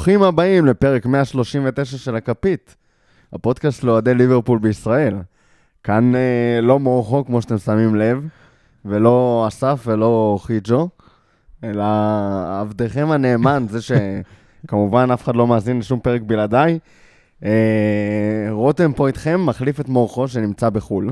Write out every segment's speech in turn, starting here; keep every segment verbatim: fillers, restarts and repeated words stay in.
ברוכים הבאים לפרק מאה שלושים ותשע של הכפית, הפודקאסט לאוהדי ליברפול בישראל. כאן אה, לא מורחו כמו שאתם שמים לב, ולא אסף ולא חיג'ו, אלא עבדכם הנאמן, זה שכמובן אף אחד לא מאזין לשום פרק בלעדיי. אה, רותם פה איתכם, מחליף את מורחו שנמצא בחול,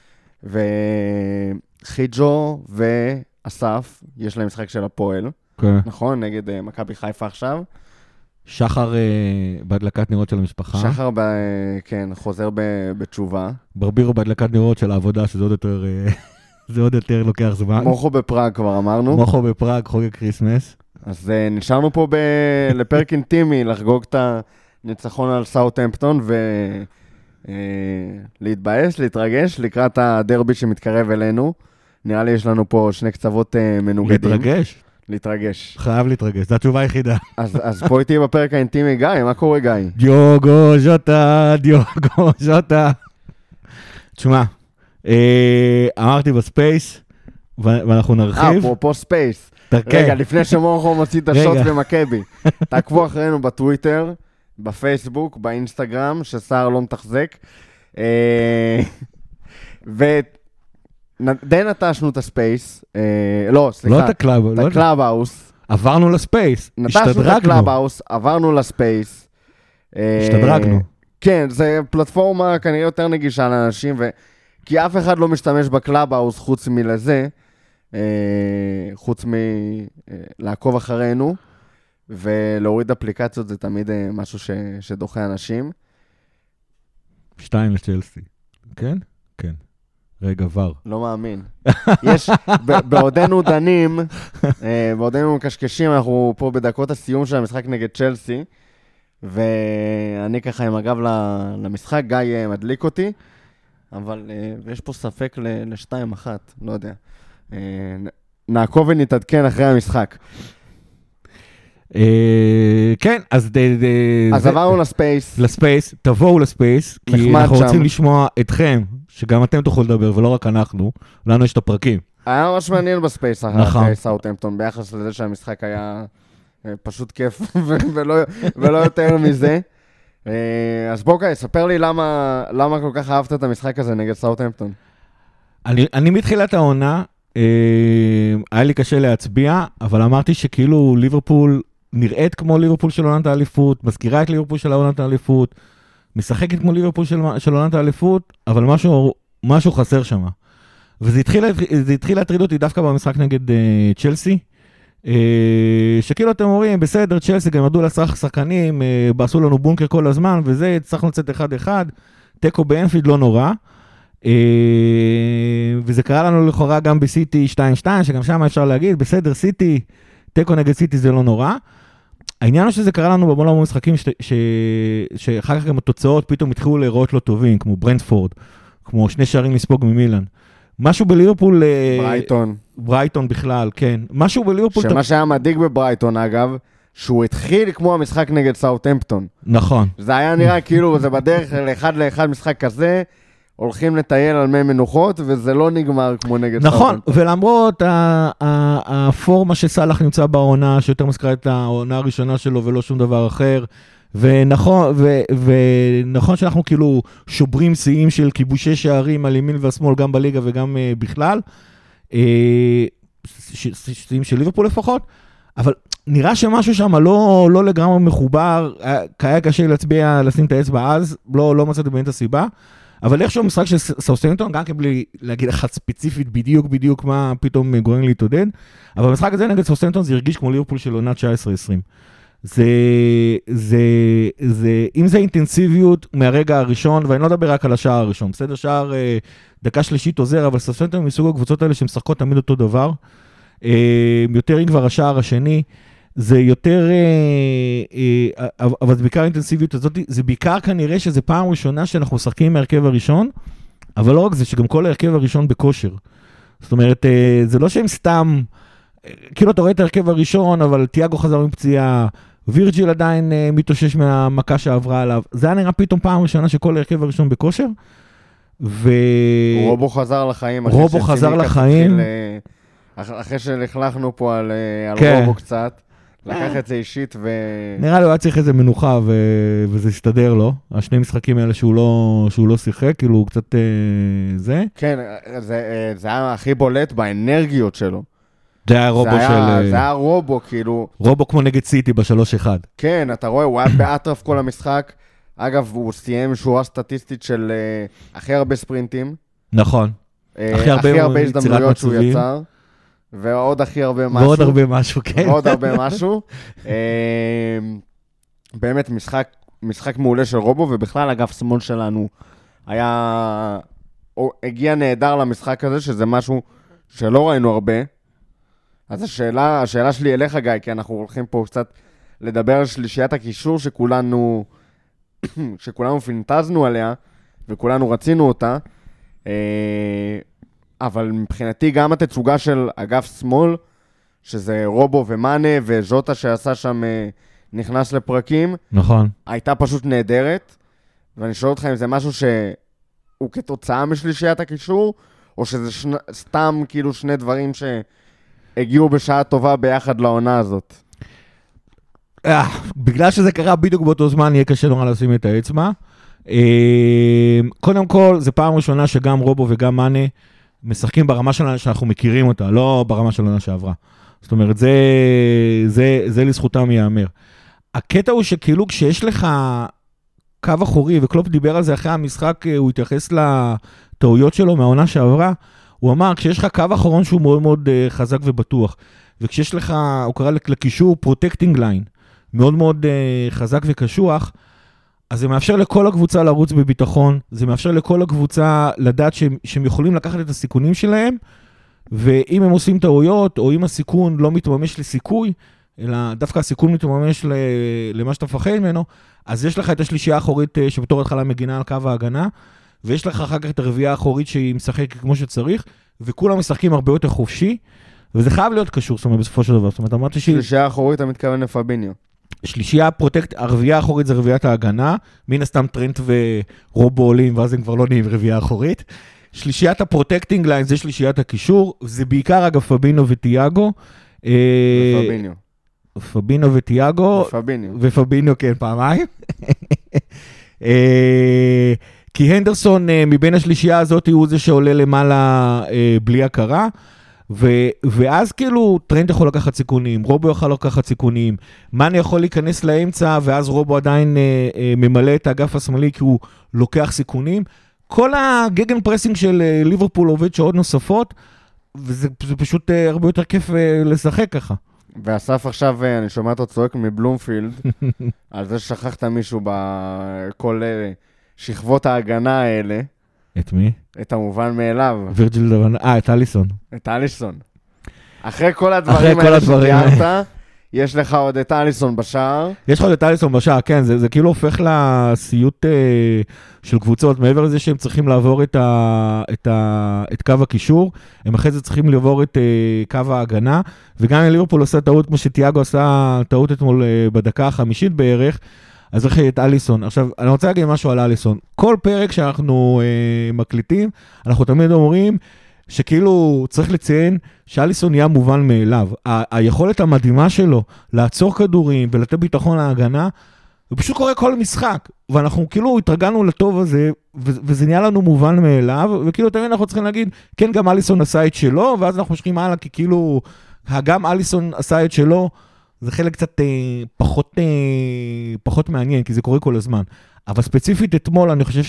וחיג'ו ואסף, יש להם משחק של הפועל. נכון, נגד uh, מכבי חיפה עכשיו. שחר uh, בהדלקת נרות של המשפחה. שחר, ב, כן, חוזר ב, בתשובה. ברבירו בהדלקת נרות של העבודה, שזה עוד יותר, uh, זה עוד יותר לוקח זמן. מוחו בפראג כבר אמרנו. מוחו בפראג, חוגג קריסמס. אז uh, נשארנו פה ב, לפרק אינטימי, לחגוג את הניצחון על סאות'המפטון, ולהתבאס, uh, להתרגש, לקראת הדרבי שמתקרב אלינו. נראה לי יש לנו פה שני קצוות uh, מנוגדים. להתרגש? להתרגש. חייב להתרגש, זו התשובה היחידה. אז, אז פה איתי בפרק האינטימי, גיא, מה קורה גיא? דיוגו ז'וטה, דיוגו ז'וטה. תשמע, אה, אמרתי בספייס, ואנחנו נרחיב. אה, אפרופו ספייס. רגע, לפני שמורחו מוציא את השוט במכבי. תעקבו אחרינו בטוויטר, בפייסבוק, באינסטגרם, שסער לא מתחזק. ו... די נטשנו את הספייס, לא, סליחה, לא את הקלאב, את הקלאב האוס. עברנו לספייס, השתדרגנו. נטשנו את הקלאב האוס, עברנו לספייס. השתדרגנו. כן, זה פלטפורמה כנראה יותר נגישה לאנשים, כי אף אחד לא משתמש בקלאב האוס חוץ מלזה, חוץ מלעקוב אחרינו, ולהוריד אפליקציות זה תמיד משהו שדוחה אנשים. שתיים לצ'לסי, כן? כן. רגע, ור. לא מאמין. יש, בעודנו דנים, בעודנו מקשקשים, אנחנו פה בדקות הסיום של המשחק נגד צ'לסי, ואני ככה עם הגב למשחק, גיא מדליק אותי, אבל יש פה ספק לשתיים אחת, לא יודע. נעקוב ונתעדכן אחרי המשחק. כן, אז... אז עברנו לספייס. לספייס, תבואו לספייס, כי אנחנו רוצים לשמוע אתכם, שגם אתם תוכלו לדבר, ולא רק אנחנו, לנו יש את הפרקים. היה ממש מעניין בספייס אחרי סאות'המפטון, ביחס לזה שהמשחק היה פשוט כיף, ולא יותר מזה. אז בוא גיא, ספר לי למה כל כך אהבת את המשחק הזה נגד סאות'המפטון. אני מתחילת העונה, היה לי קשה להצביע, אבל אמרתי שכאילו ליברפול נראית כמו ליברפול של עונת האליפות, מזכירה את ליברפול של עונת האליפות, משחקת כמו ליברפול של, של עונת האליפות, אבל משהו, משהו חסר שם. וזה התחיל, זה התחיל להטריד אותי דווקא במשחק נגד uh, צ'לסי, uh, שכאילו אתם אומרים, בסדר, צ'לסי גם ידעו לשחק שחקנים, uh, בעשו לנו בונקר כל הזמן, וזה, צריכנו לצאת אחד אחד, טקו באנפילד לא נורא, uh, וזה קרה לנו לכאורה גם בסיטי שתיים שתיים, שגם שם אפשר להגיד, בסדר, סיטי, טקו נגד סיטי זה לא נורא, העניין הוא שזה קרה לנו במון המון משחקים, ש... ש... שאחר כך גם התוצאות פתאום התחילו להיראות לא טובים, כמו ברנטפורד, כמו שני שערים לספוג ממילן. משהו בליברפול... ברייטון. ברייטון בכלל, כן. משהו בליברפול... שמה שהיה מדאיג בברייטון, אגב, שהוא התחיל כמו המשחק נגד סאות'המפטון. נכון. זה היה נראה כאילו, זה בדרך לאחד לאחד משחק כזה, הולכים לטייל על מי מנוחות, וזה לא נגמר כמו נגד נכון, ולמרות הפורמה שסלח נמצא בעונה, שיותר מזכירה את העונה הראשונה שלו ולא שום דבר אחר, ונכון, ונכון שאנחנו כאילו שוברים שיאים של כיבושי שערים על ימין והשמאל, גם בליגה וגם בכלל, שיאים של ליברפול לפחות, אבל נראה שמשהו שם לא, לא לגמרי מחובר, היה קשה להצביע, לשים את האצבע אז, לא, לא מצאתי באמת הסיבה, אבל איכשהו המשחק של סאות'המפטון, גם כבלי להגיד לך ספציפית בדיוק בדיוק מה פתאום גורם להתעודד, אבל המשחק הזה נגד סאות'המפטון זה הרגיש כמו ליברפול של עונה תשע עשרה עשרים. זה, זה, זה, אם זה אינטנסיביות מהרגע הראשון, ואני לא אדבר רק על השער הראשון, בסדר, שער דקה שלישית עוזר, אבל סאות'המפטון מסוג הקבוצות האלה שמשחקות תמיד אותו דבר, יותר אם כבר השער השני, זה יותר, אבל זה בעיקר האינטנסיביות הזאת, זה בעיקר כנראה שזה פעם ראשונה שאנחנו משחקים מהרכב הראשון, אבל לא רק זה, שגם כל ההרכב הראשון בכושר. זאת אומרת, זה לא שהם סתם, כאילו אתה רואה את ההרכב הראשון, אבל תיאגו חזר מפציעה, וירג'יל עדיין מתאושש מהמכה שעברה עליו, זה היה נראה פתאום פעם ראשונה שכל ההרכב הראשון בכושר, ו... רובו חזר לחיים. רובו חזר לחיים. אחרי שלכלכנו פה על, על כן. רובו קצת, לקח את זה אישית ו... נראה לי הוא היה צריך איזה מנוחה וזה הסתדר לו. השני משחקים האלה שהוא לא שיחק, כאילו הוא קצת זה. כן, זה היה הכי בולט באנרגיות שלו. זה היה רובו של... זה היה רובו, כאילו... רובו כמו נגד סיטי בשלוש אחד. כן, אתה רואה, הוא היה באטרף כל המשחק. אגב, הוא סיים שורה סטטיסטית של הכי הרבה ספרינטים. נכון. הכי הרבה הזדמנויות שהוא יצר. ועוד הכי הרבה משהו. ועוד הרבה משהו, כן. ועוד הרבה משהו. באמת משחק, משחק מעולה של רובו, ובכלל אגף שמאל שלנו היה... הגיע נהדר למשחק הזה, שזה משהו שלא ראינו הרבה. אז השאלה, השאלה שלי אליך, גיא, כי אנחנו הולכים פה קצת לדבר על שלישיית הקישור שכולנו, שכולנו פינטזנו עליה, וכולנו רצינו אותה. אבל מבחינתי גם התצוגה של אגף שמאל, שזה רובו ומאנה וז'וטה שעשה שם נכנס לפרקים. נכון. הייתה פשוט נהדרת, ואני שואל אותך אם זה משהו שהוא כתוצאה משלישיית הקישור, או שזה שני, סתם כאילו שני דברים שהגיעו בשעה טובה ביחד לעונה הזאת. אה, בגלל שזה קרה בדיוק באותו זמן, יהיה קשה נורא לשים את האצבע. קודם כל, זה פעם ראשונה שגם רובו וגם מאנה משחקים ברמה שלנו שאנחנו מכירים אותה, לא ברמה של העונה שעברה. זאת אומרת, זה, זה, זה לזכותם ייאמר. הקטע הוא שכאילו כשיש לך קו אחורי, וקלופ דיבר על זה אחרי המשחק, הוא התייחס לטעויות שלו מהעונה שעברה, הוא אמר, כשיש לך קו אחרון שהוא מאוד מאוד חזק ובטוח, וכשיש לך, הוא קרא לקישור פרוטקטינג ליין, מאוד מאוד חזק וקשוח, אז זה מאפשר לכל הקבוצה לרוץ בביטחון, זה מאפשר לכל הקבוצה לדעת שהם, שהם יכולים לקחת את הסיכונים שלהם, ואם הם עושים טעויות, או אם הסיכון לא מתממש לסיכוי, אלא דווקא הסיכון מתממש למה שאתה מפחד ממנו, אז יש לך את השלישייה האחורית שבתור התחלה מגינה על קו ההגנה, ויש לך אחר כך את הרביעייה האחורית שהיא משחקת כמו שצריך, וכולם משחקים הרבה יותר חופשי, וזה חייב להיות קשור, זאת אומרת, בסופו של דבר. זאת אומרת, אמרתי שהיא... שלישייה האחורית, אתה מתכוון לפאביניו. שלישייה פרוטקט, הרביעייה האחורית זה רביעיית ההגנה, מן הסתם טרנט ורובו עולים, ואז הם כבר לא נהיים רביעייה האחורית. שלישיית הפרוטקטינג ליין זה שלישיית הקישור, זה בעיקר אגב פאבינו וטיאגו. ופאביניו. פאבינו וטיאגו. ופאביניו. ופאביניו, כן, פעמיים. כי הנדרסון מבין השלישייה הזאת הוא זה שעולה למעלה בלי הכרה, ו- ואז כאילו טרנט יכול לקחת סיכונים, רובו יכול לקחת סיכונים, מאנה יכול להיכנס לאמצע, ואז רובו עדיין אה, אה, ממלא את האגף השמאלי, כי הוא לוקח סיכונים. כל הגגן פרסינג של אה, ליברפול עובד שעות נוספות, וזה פשוט אה, הרבה יותר כיף אה, לשחק ככה. ואסף עכשיו, אה, אני שומע אותו צועק מבלומפילד, על זה ששכחת מישהו בכל אה, שכבות ההגנה האלה. את מי? את המובן מאליו. וירג'יל דוון, אה, את אליסון. את אליסון. אחרי כל הדברים האלה שתיארת, יש לך עוד את אליסון בשער. יש לך עוד את אליסון בשער, כן, זה, זה כאילו הופך לסיוט אה, של קבוצות, מעבר לזה שהם צריכים לעבור את, ה, את, ה, את קו הקישור, הם אחרי זה צריכים לעבור את אה, קו ההגנה, וגם אם ליברפול עושה טעות, כמו שתיאגו עשה טעות אתמול אה, בדקה החמישית בערך, אז לכי את אליסון. עכשיו, אני רוצה להגיד משהו על אליסון. כל פרק שאנחנו אה, מקליטים, אנחנו תמיד אומרים שכאילו צריך לציין שאליסון נהיה מובן מאליו. ה- היכולת המדהימה שלו לעצור כדורים ולתת ביטחון להגנה, הוא פשוט קורה כל משחק. ואנחנו כאילו התרגלנו לטוב הזה, ו- וזה נהיה לנו מובן מאליו, וכאילו תמיד אנחנו צריכים להגיד, כן, גם אליסון עשה את שלו, ואז אנחנו משכים הלאה, כי כאילו, גם אליסון עשה את שלו, זה חלק קצת אה, פחות, אה, פחות מעניין, כי זה קורה כל הזמן. אבל ספציפית אתמול, אני חושב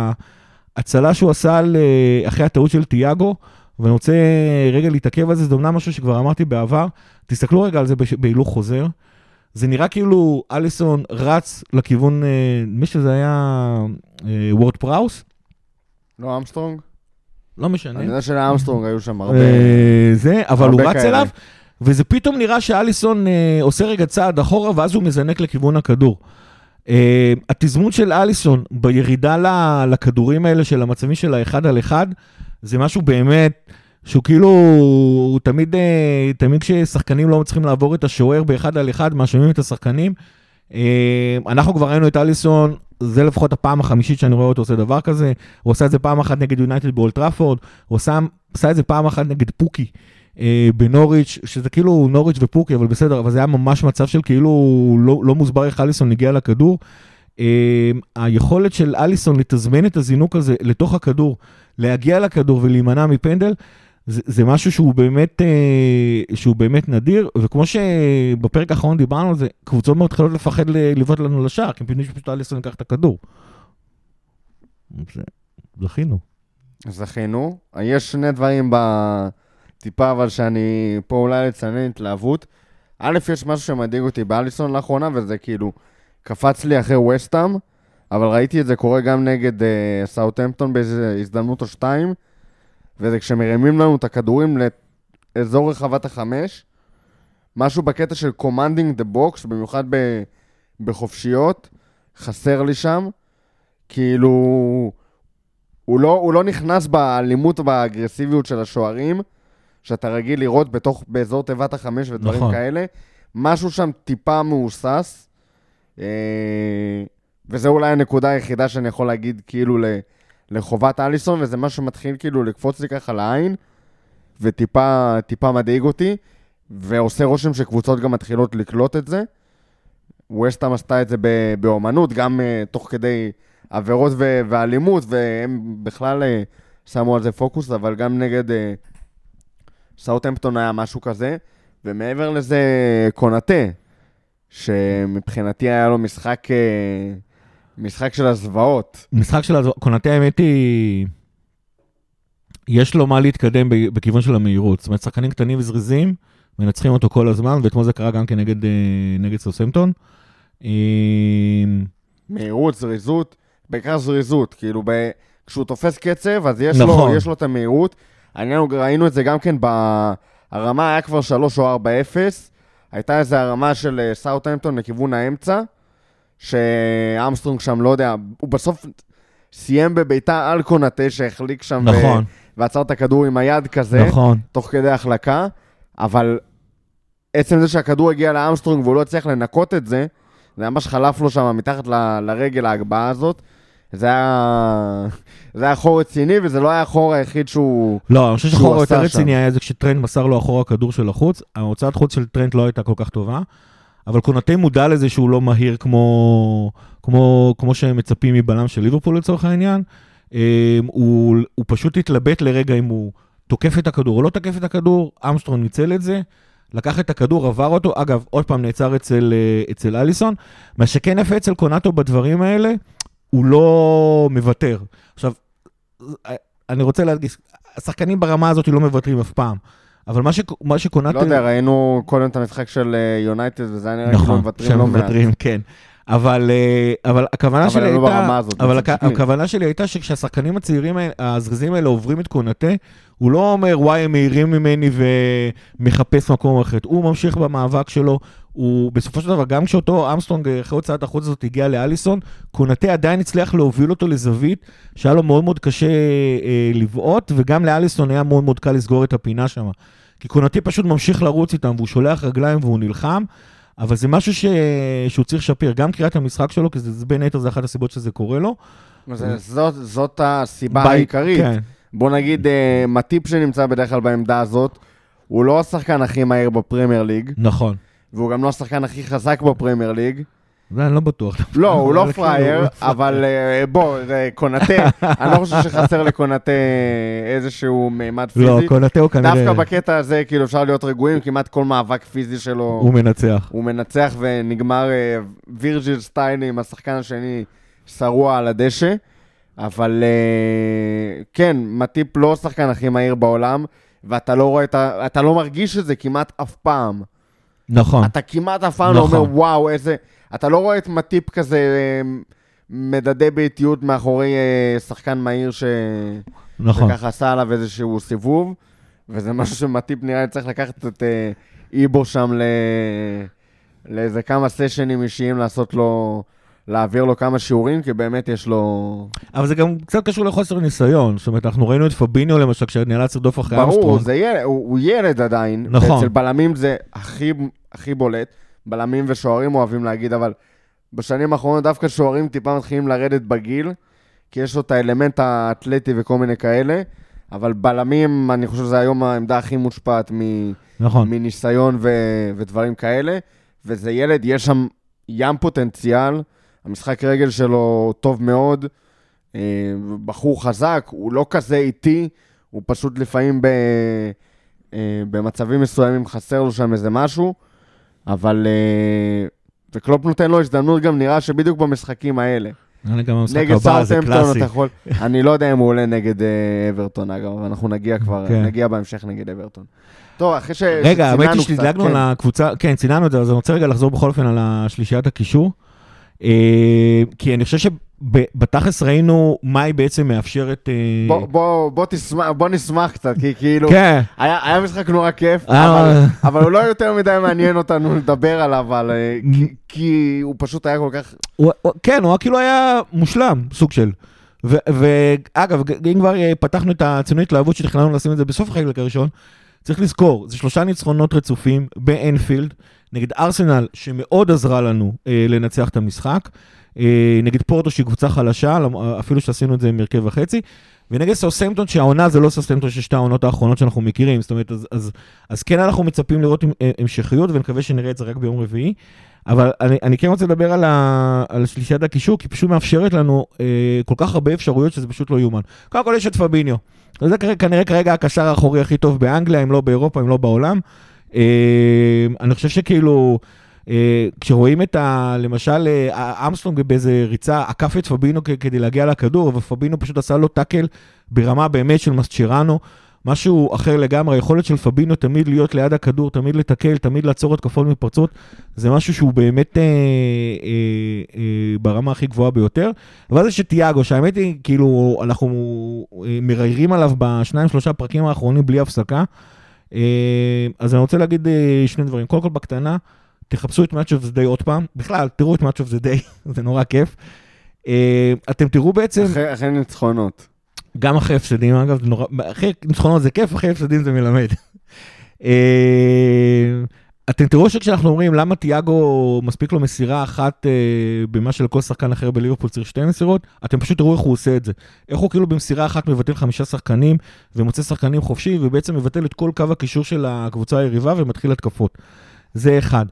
שההצלה שהוא עשה על, אה, אחרי הטעות של תיאגו, ואני רוצה רגע להתעכב על זה, זה אומנם משהו שכבר אמרתי בעבר, תסתכלו רגע על זה בהילוך חוזר, זה נראה כאילו אליסון רץ לכיוון, אה, מי שזה היה אה, וורד פראוס? לא אמסטרונג? לא משנה. אני יודע שלאמסטרונג היו שם הרבה... אה, זה, אבל הרבה הוא רץ כאלה. אליו, וזה פתאום נראה שאליסון אה, עושה רגע צעד אחורה, ואז הוא מזנק לכיוון הכדור. אה, התזמון של אליסון בירידה לכדורים האלה של המצבים של האחד על אחד, זה משהו באמת, שהוא כאילו, הוא תמיד, אה, תמיד כששחקנים לא מצליחים לעבור את השוער באחד על אחד, מאשימים את השחקנים. אה, אנחנו כבר ראינו את אליסון, זה לפחות הפעם החמישית שאני רואה אותו עושה דבר כזה, הוא עושה את זה פעם אחת נגד יונייטד באולט טראפורד, הוא עושה, עושה את זה פעם אחת נגד פוקי, בנוריץ', שזה כאילו נוריץ' ופוקי, אבל בסדר, אבל זה היה ממש מצב של כאילו לא, לא מוסבר איך אליסון הגיע לכדור. היכולת של אליסון לתזמן את הזינוק הזה לתוך הכדור, להגיע לכדור ולהימנע מפנדל, זה, זה משהו שהוא באמת, שהוא באמת נדיר, וכמו שבפרק האחרון דיברנו על זה, קבוצות מאוד מתחילות לפחד לבעוט לנו לשער, כי הם פשוט אליסון ייקח את הכדור. זכינו. זכינו. יש שני דברים בטיפה, אבל שאני פה אולי לציין התלהבות. א', יש משהו שמדאיג אותי באליסון לאחרונה, וזה כאילו קפץ לי אחרי ווסטהאם, אבל ראיתי את זה קורה גם נגד uh, סאות'המפטון באיזו הזדמנות או שתיים, וזה כשמרימים לנו את הכדורים לאזור רחבת החמש, משהו בקטע של commanding the box, במיוחד ב- בחופשיות, חסר לי שם, כאילו, הוא לא, הוא לא נכנס באלימות ובאגרסיביות של השוערים, שאתה רגיל לראות בתוך, באזור תיבת החמש ודברים נכון. כאלה, משהו שם טיפה מאוסס, וזה אולי הנקודה היחידה שאני יכול להגיד כאילו לחובת אליסון, וזה משהו שמתחיל כאילו לקפוץ לי ככה לעין, וטיפה טיפה מדאיג אותי, ועושה רושם שקבוצות גם מתחילות לקלוט את זה. ווסטהאם עשתה את זה באומנות, גם תוך כדי עבירות ואלימות, והם בכלל שמו על זה פוקוס, אבל גם נגד סאות'המפטון היה משהו כזה, ומעבר לזה קונאטה, שמבחינתי היה לו משחק, משחק של הזוועות. משחק של הזוועות, קונאטה האמת היא, יש לו מה להתקדם בכיוון של המהירות, זאת אומרת, שחקנים קטנים וזריזים, מנצחים אותו כל הזמן, ואתמול זה קרה גם כנגד נגד סאות'המפטון. מהירות, זריזות, בעיקר זריזות, כאילו ב... כשהוא תופס קצב, אז יש, נכון. לו, יש לו את המהירות. העניין, ראינו את זה גם כן, הרמה היה כבר שלוש או ארבע אפס, הייתה איזו הרמה של סאות'המפטון לכיוון האמצע, שאמסטרונג שם, לא יודע, הוא בסוף סיים בביתה על קונאטה, שהחליק שם נכון. ו... ועצר את הכדור עם היד כזה, נכון. תוך כדי החלקה, אבל עצם זה שהכדור הגיע לאמסטרונג והוא לא הצליח לנקות את זה, זה ממש חלף לו שם מתחת ל... לרגל ההגבהה הזאת, זה היה, זה היה חור רציני, וזה לא היה החור היחיד שהוא... לא, אני חושב שחור יותר רציני היה זה כשטרנד מסר לו אחורה הכדור של החוץ, ההוצאת חוץ של טרנד לא הייתה כל כך טובה, אבל קונאטה מודע לזה שהוא לא מהיר כמו, כמו, כמו שהם מצפים מבלם של ליברפול לצורך העניין, הוא, הוא פשוט התלבט לרגע אם הוא תוקף את הכדור או לא תוקף את הכדור, אמסטרונג ניצל את זה, לקח את הכדור, עבר אותו, אגב, עוד פעם נעצר אצל, אצל אליסון, מה שכן יפה אצל קונאטו בדברים האלה, הוא לא מוותר. עכשיו, אני רוצה להדגיש, השחקנים ברמה הזאת לא מוותרים אף פעם, אבל מה, ש, מה שקונאטו... לא יודע, ראינו קודם את המשחק של יונייטד, וזה היה נראה כאילו מוותרים לא מעט. נכון, שמוותרים, כן. אבל, אבל הכוונה שלי הייתה... אבל לא ברמה הזאת. אבל הכוונה שלי הייתה שכשהשחקנים הצעירים, הזריזים האלה עוברים את קונאטה, הוא לא אומר, וואי, הם מהירים ממני ומחפש מקום אחר. הוא ממשיך במאבק שלו, הוא בסופו של דבר, גם כשאותו אמסטרונג אחרי הוצאת החוץ הזאת הגיע לאליסון, קונאטה עדיין הצליח להוביל אותו לזווית, שהיה לו מאוד מאוד קשה אה, לבעוט, וגם לאליסון היה מאוד מאוד קל לסגור את הפינה שם. כי קונאטה פשוט ממשיך לרוץ איתם, והוא שולח רגליים והוא נלחם, אבל זה משהו ש... שהוא צריך לשפר, גם קריאת המשחק שלו, כי זה בין היתר זה אחת הסיבות שזה קורה לו. זאת, זאת הסיבה העיקרית. כן. בוא נגיד, מטיפ שנמצא בדרך כלל בעמדה הזאת, הוא לא השחקן הכי מהיר בפרמייר ליג. נכון. והוא גם לא השחקן הכי חזק בפרמייר ליג. זה אני לא בטוח. לא, הוא לא פרייר, אבל בוא, זה קונאטה. אני לא חושב שחסר לקונאטה איזשהו מימד פיזי. לא, קונאטה הוא כנראה... דווקא בקטע הזה, כאילו אפשר להיות רגועים, כמעט כל מאבק פיזי שלו... הוא מנצח. הוא מנצח ונגמר וירג'יל סטייני עם השחקן השני שרוע על הדשא. אבל כן, מטיפ לא השחקן הכי מהיר בעולם, ואתה לא רואה, אתה לא מרגיש את זה כמעט אף פעם. נכון. אתה כמעט אף פעם לא אומר, וואו, איזה... אתה לא רואה את מטיפ כזה מדדי ביתיות מאחורי שחקן מהיר ש... נכון. שככה עשה עליו איזשהו סיבוב, וזה משהו שמטיפ נראה לי צריך לקחת את איבו שם ל... לאיזה כמה סשנים אישיים לעשות לו... להעביר לו כמה שיעורים, כי באמת יש לו... אבל זה גם קצת קשור לחוסר ניסיון, זאת אומרת, אנחנו ראינו את פביניו למשל, כשנאלץ לרדוף אחרי אמסטרונג. ברור, זה ילד, הוא, הוא ילד עדיין, נכון. אצל בלמים זה הכי, הכי בולט, בלמים ושוערים אוהבים להגיד, אבל בשנים האחרונות דווקא שוערים טיפה מתחילים לרדת בגיל, כי יש לו את האלמנט האתלטי וכל מיני כאלה, אבל בלמים, אני חושב שזה היום העמדה הכי מושפעת מ- נכון. מניסיון ו- ודברים כאלה, וזה ילד, יש שם ים פוטנציאל, המשחק רגל שלו טוב מאוד, בחור חזק, הוא לא כזה איטי, הוא פשוט לפעמים ב- במצבים מסוימים חסר לו שם איזה משהו, אבל וקלופ נותן לו הזדמנות, גם נראה שבדיוק במשחקים האלה. נגד סאות'המפטון אתה יכול, אני לא יודע אם הוא עולה נגד אברטון אגב, אבל אנחנו נגיע כבר, נגיע בהמשך נגד אברטון. טוב, אחרי שציננו קצת. רגע, האמת היא שתדלגנו על הקבוצה, כן, ציננו את זה, אז אני רוצה רגע לחזור בכל אופן על השלישיית הקישור, כי אני חושב שבתכלס ראינו מה היא בעצם מאפשרת... בוא נשמח קצת, כי כאילו, היה משחק נורא כיף, אבל הוא לא יותר מדי מעניין אותנו לדבר עליו, כי הוא פשוט היה כל כך... כן, הוא כאילו היה מושלם, סוג של. ואגב, אם כבר פתחנו את הציונות התלהבות שתכננו לשים את זה בסוף החלק הראשון, צריך לזכור, זה שלושה ניצחונות רצופים באנפילד, נגד ארסנל שמאוד עזרה לנו אה, לנצח את המשחק, אה, נגד פורטו שהיא קבוצה חלשה, אפילו שעשינו את זה עם מרכב וחצי, ונגד סאות'המפטון שהעונה זה לא סאות'המפטון של שתי העונות האחרונות שאנחנו מכירים, זאת אומרת, אז, אז, אז כן אנחנו מצפים לראות המשכיות, ונקווה שנראה את זה רק ביום רביעי, אבל אני, אני כן רוצה לדבר על, ה, על שלישיית הקישור, כי פשוט מאפשרת לנו אה, כל כך הרבה אפשרויות שזה פשוט לא יומן. קודם כל יש את פביניו, זה כנראה כרגע הקשר האחורי הכי טוב באנגליה, אם לא באירופה, אם לא בעולם. אני חושב שכאילו, כשרואים את ה... למשל, אמסטרונג באיזה ריצה, עקף את פבינו כדי להגיע לכדור, ופבינו פשוט עשה לו טאקל ברמה באמת של מסצ'רנו, משהו אחר לגמרי, היכולת של פבינו תמיד להיות ליד הכדור, תמיד לתקל, תמיד לעצור התקפות מפרצות, זה משהו שהוא באמת אה, אה, אה, ברמה הכי גבוהה ביותר. אבל זה שתיאגו, שהאמת היא, כאילו, אנחנו מריירים עליו בשניים, שלושה פרקים האחרונים בלי הפסקה, אה, אז אני רוצה להגיד אה, שני דברים. קודם כל בקטנה, תחפשו את Match of the Day עוד פעם, בכלל, תראו את Match of the Day, זה נורא כיף. אה, אתם תראו בעצם... אחרי, אחרי ניצחונות. גם אחרי הפסדים, אגב, אחרי ניצחונות זה כיף, אחרי הפסדים זה מלמד. אתם תראו שכשאנחנו אומרים למה תיאגו מספיק לו מסירה אחת במה שלכל שחקן אחר בליברפול צריך שתי מסירות, אתם פשוט תראו איך הוא עושה את זה. איך הוא כאילו במסירה אחת מבטל חמישה שחקנים, ומוצא שחקנים חופשי, ובעצם מבטל את כל קו הקישור של הקבוצה היריבה, ומתחיל התקפות. זה אחד.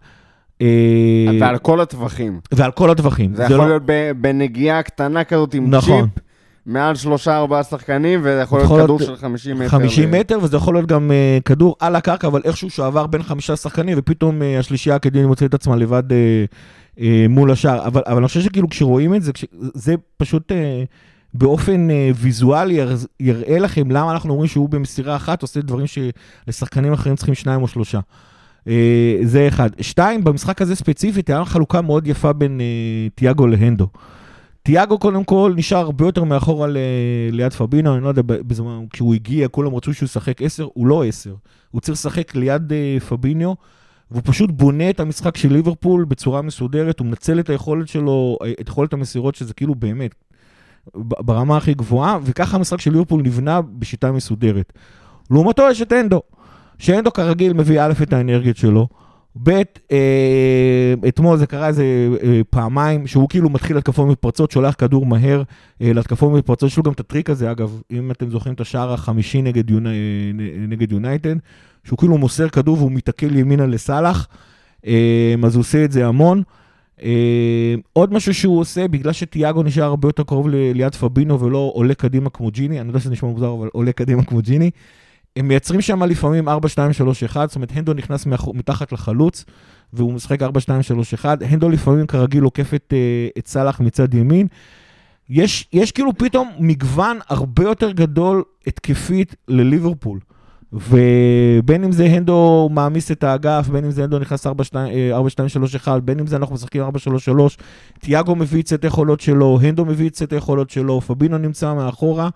ועל כל הטווחים. ועל כל הטווחים. זה יכול להיות בנגיעה קטנה כזאת עם צ'יפ, מעל שלושה ארבעה שחקנים, וזה יכול להיות כדור של חמישים מטר. חמישים מטר, וזה יכול להיות גם uh, כדור על הקרקע, אבל איכשהו שעבר בין חמישה שחקנים, ופתאום uh, השלישייה הקדמית מוצא את עצמה לבד uh, uh, מול השאר. אבל, אבל אני חושב שכאילו כשרואים את זה, כש, זה פשוט uh, באופן uh, ויזואלי יר, יראה לכם למה אנחנו אומרים שהוא במסירה אחת, עושה דברים שלשחקנים אחרים צריכים שניים או שלושה. Uh, זה אחד. שתיים, במשחק הזה ספציפית, היה חלוקה מאוד יפה בין uh, תיאגו להנדו. תיאגו קודם כל נשאר הרבה יותר מאחור על, ליד פבינו, אני לא יודע, בזמן, כשהוא הגיע, כולם רצו שהוא ישחק עשר, הוא לא עשר. הוא צריך לשחק ליד uh, פביניו, והוא פשוט בונה את המשחק של ליברפול בצורה מסודרת, הוא מנצל את היכולת שלו, את יכולת המסירות, שזה כאילו באמת ברמה הכי גבוהה, וככה המשחק של ליברפול נבנה בשיטה מסודרת. לעומתו יש את אנדו, שאנדו כרגיל מביא א' את האנרגיות שלו, ב' אה, אתמול זה קרה איזה אה, פעמיים, שהוא כאילו מתחיל להתקפות מפרצות, שולח כדור מהר אה, להתקפות מפרצות, יש לו גם את הטריק הזה, אגב, אם אתם זוכרים את השער החמישי נגד, יוני, נגד יונייטד, שהוא כאילו מוסר כדור והוא מתעכל ימינה לסלח, אה, אז הוא עושה את זה המון. אה, עוד משהו שהוא עושה, בגלל שתיאגו נשאר הרבה יותר קרוב ל- ליד פבינו ולא עולה קדימה כמו ג'יני, אני יודע שזה נשמע מוזר, אבל עולה קדימה כמו ג'יני, הם מייצרים שם לפעמים ארבע שתיים שלוש אחת, זאת אומרת, הנדו נכנס מתחת לחלוץ, והוא משחק ארבע שתיים שלוש אחת, הנדו לפעמים כרגיל עוקף את, את סלח מצד ימין, יש, יש כאילו פתאום מגוון הרבה יותר גדול התקפית לליברפול, ובין אם זה הנדו מעמיס את האגף, בין אם זה הנדו נכנס ארבע שתיים שלוש אחת, בין אם זה אנחנו משחקים ארבע שלוש שלוש, תיאגו מביא את סט היכולות שלו, הנדו מביא את סט היכולות שלו, פבינו נמצא מאחורה,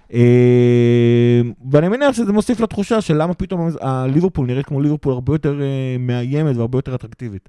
ואני מניח שזה מוסיף לתחושה של למה פתאום הליברפול נראית כמו ליברפול הרבה יותר מאיימת והרבה יותר אטרקטיבית.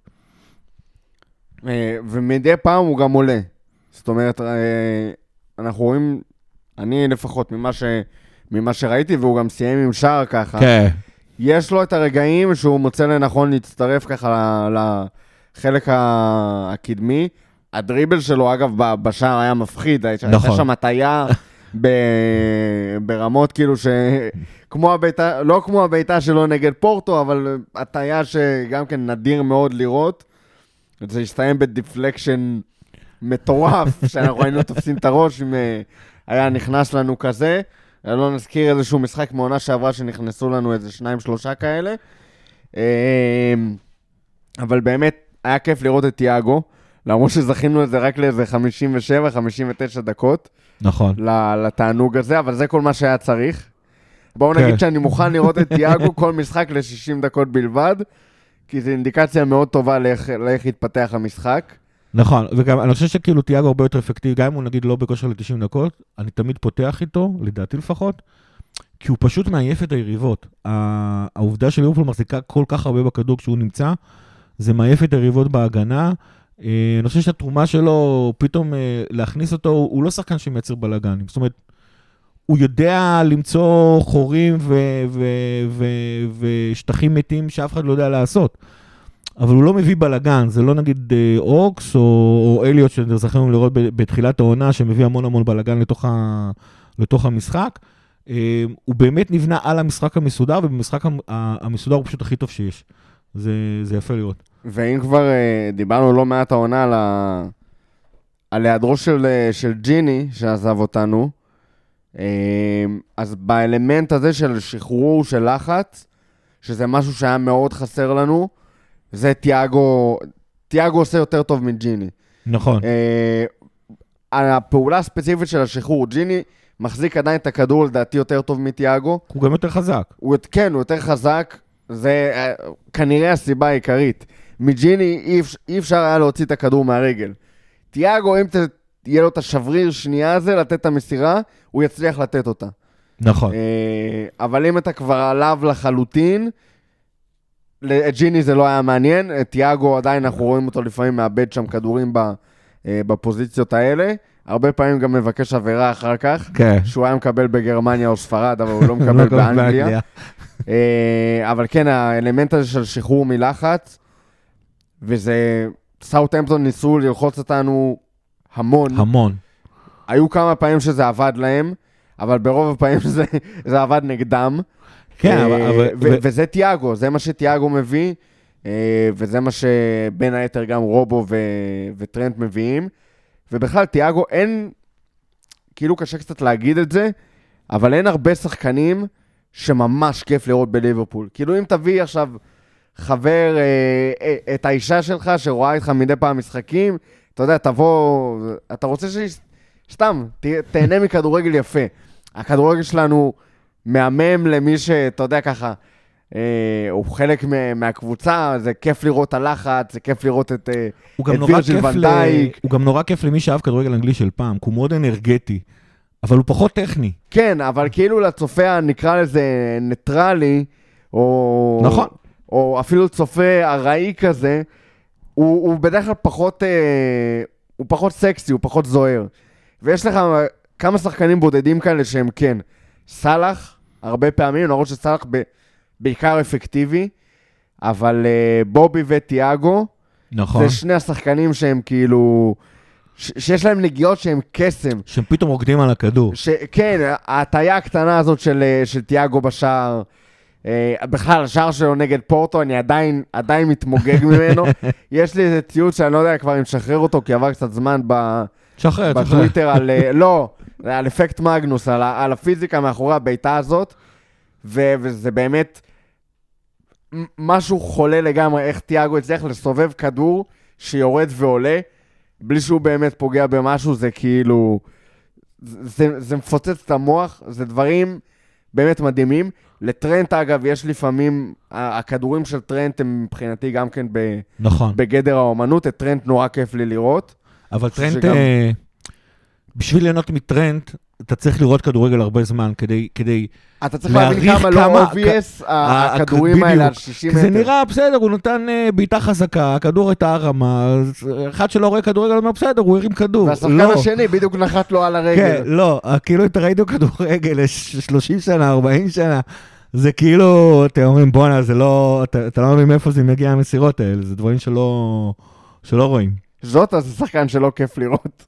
ומדי פעם הוא גם עולה. זאת אומרת, אנחנו רואים, אני לפחות ממה, ש, ממה שראיתי, והוא גם סיים עם שער ככה. כן. יש לו את הרגעים שהוא מוצא לנכון להצטרף ככה לחלק הקדמי. הדריבל שלו, אגב, בשער היה מפחיד. נכון. הייתה שם הטעיה ברמות כאילו ש... כמו הביתה, לא כמו הביתה שלו נגד פורטו, אבל הטעיה שגם כן נדיר מאוד לראות. זה הסתיים בדיפלקשן מטורף, שאנחנו היינו תופסים את הראש אם היה נכנס לנו כזה. לא נזכיר איזשהו משחק מעונה שעברה שנכנסו לנו איזה שניים שלושה כאלה. אבל באמת היה כיף לראות את תיאגו, למרות שזכינו את זה רק לאיזה חמישים ושבע חמישים ותשע דקות. נכון. לתענוג הזה, אבל זה כל מה שהיה צריך. בואו נגיד שאני מוכן לראות את תיאגו כל משחק ל-שישים דקות בלבד, כי זו אינדיקציה מאוד טובה לאיך יתפתח המשחק. נכון, וגם אני חושב שכאילו תיאגו הרבה יותר אפקטיבי, גם אם הוא נגיד לא בכושר ל-תשעים דקות, אני תמיד פותח איתו, לדעתי לפחות, כי הוא פשוט מעייף את היריבות. העובדה של ליברפול מחזיקה כל כך הרבה בכדור כשהוא נמצא, זה מעייף את היריבות בהגנה. אני חושב שהתרומה שלו, פתאום להכניס אותו, הוא לא שחקן שמייצר בלגנים. זאת אומרת, הוא יודע למצוא חורים ושטחים מתים שאף אחד לא יודע לעשות. אבל הוא לא מביא בלגן, זה לא נגיד אוקס או אליוט שזכינו לראות בתחילת העונה, שמביא המון המון בלגן לתוך המשחק. הוא באמת נבנה על המשחק המסודר, ובמשחק המסודר הוא פשוט הכי טוב שיש. זה, זה יפה לראות. ואם כבר דיברנו לא מעט העונה על, ה... על היעדרו של, של ג'יני, שעזב אותנו, אז באלמנט הזה של שחרור, של לחץ, שזה משהו שהיה מאוד חסר לנו, זה תיאגו, תיאגו עושה יותר טוב מג'יני. נכון. הפעולה הספציפית של השחרור, ג'יני מחזיק עדיין את הכדור, לדעתי יותר טוב מתיאגו. הוא גם יותר חזק. הוא, כן, הוא יותר חזק. זה כנראה הסיבה העיקרית. מג'יני אי, אי אפשר היה להוציא את הכדור מהרגל. תיאגו, אם תהיה לו את השבריר שנייה הזה, לתת את המסירה, הוא יצליח לתת אותה. נכון. אבל אם אתה כבר עליו לחלוטין, לג'יני זה לא היה מעניין. תיאגו עדיין אנחנו רואים אותו לפעמים מאבד שם כדורים בפוזיציות האלה. הרבה פעמים גם מבקש עבירה אחר כך, כן. שהוא היה מקבל בגרמניה או ספרד, אבל הוא לא מקבל באנגליה. אבל כן, האלמנט הזה של שחרור מלחץ, וזה, סאות'המפטון ניסו ללחוץ אותנו המון. המון. היו כמה פעמים שזה עבד להם, אבל ברוב הפעמים שזה, זה עבד נגדם. כן, אבל... וזה תיאגו, זה מה שתיאגו מביא, וזה מה שבין היתר גם רובו וטרנט מביאים. ובכלל, תיאגו אין, כאילו קשה קצת להגיד את זה, אבל אין הרבה שחקנים שממש כיף לראות בליברפול. כאילו אם תביא עכשיו חבר, אה, אה, את האישה שלך שרואה איתך מדי פעם משחקים, אתה יודע, תבוא, אתה רוצה שסתם, ת, תהנה מכדורגל יפה. הכדורגל שלנו מהמם למי שאתה יודע ככה, אה, הוא חלק מהקבוצה, זה כיף לראות הלחץ, זה כיף לראות את, את וירג'יל ון דייק. הוא גם נורא כיף למי שאהב כדורגל אנגלי של פעם, הוא מאוד אנרגטי. אבל הוא פחות טכני. כן, אבל כאילו לצופה נקרא לזה ניטרלי, או... נכון. או אפילו צופה ארעי כזה, הוא, הוא בדרך כלל פחות, אה, הוא פחות סקסי, הוא פחות זוהר. ויש לך כמה שחקנים בודדים כאלה שהם כן. סלח, הרבה פעמים, למרות שסלח ב, בעיקר אפקטיבי, אבל אה, בובי ותיאגו, נכון. זה שני השחקנים שהם כאילו... שיש להם נגיעות שהם קסם. שהם פתאום רוקדים על הכדור. ש... כן, ההטיה הקטנה הזאת של, של תיאגו בשער, אה, בכלל, השער שלו נגד פורטו, אני עדיין, עדיין מתמוגג ממנו. יש לי איזה ציוץ שאני לא יודע כבר אם לשחרר אותו, כי עבר קצת זמן ב... שחרר, בטוויטר על... לא, על אפקט מגנוס, על, על הפיזיקה מאחורי הביתה הזאת, ו... וזה באמת משהו חולה לגמרי, איך תיאגו הצליח לסובב כדור שיורד ועולה, בלי שהוא באמת פוגע במשהו, זה כאילו, זה, זה מפוצץ את המוח, זה דברים באמת מדהימים. לטרנט, אגב, יש לפעמים, הכדורים של טרנט הם מבחינתי גם כן ב, נכון. בגדר האומנות, את טרנט נורא כיף לי לראות. אבל טרנט, שגם... אה, בשביל ליהנות מטרנט, אתה צריך לראות כדורגל הרבה זמן, כדי, כדי אתה צריך להבין כמה לא אובייס הכדורים האלה על שישים מטר. זה נראה בסדר, הוא נתן בעיטה חזקה, הכדור הייתה הרמה, אחד שלא רואה כדורגל אומר בסדר, הוא הרים כדור. והשחקן השני בדיוק נחת לו על הרגל. כן, לא, כאילו אתה ראיתם כדורגל שלושים שנה, ארבעים שנה, זה כאילו, אתם אומרים בונה, זה לא, אתה לא מבין מאיפה זה מגיע המסירות האלה, זה דברים שלא רואים. זאת, אז זה שחקן שלא כיף לראות.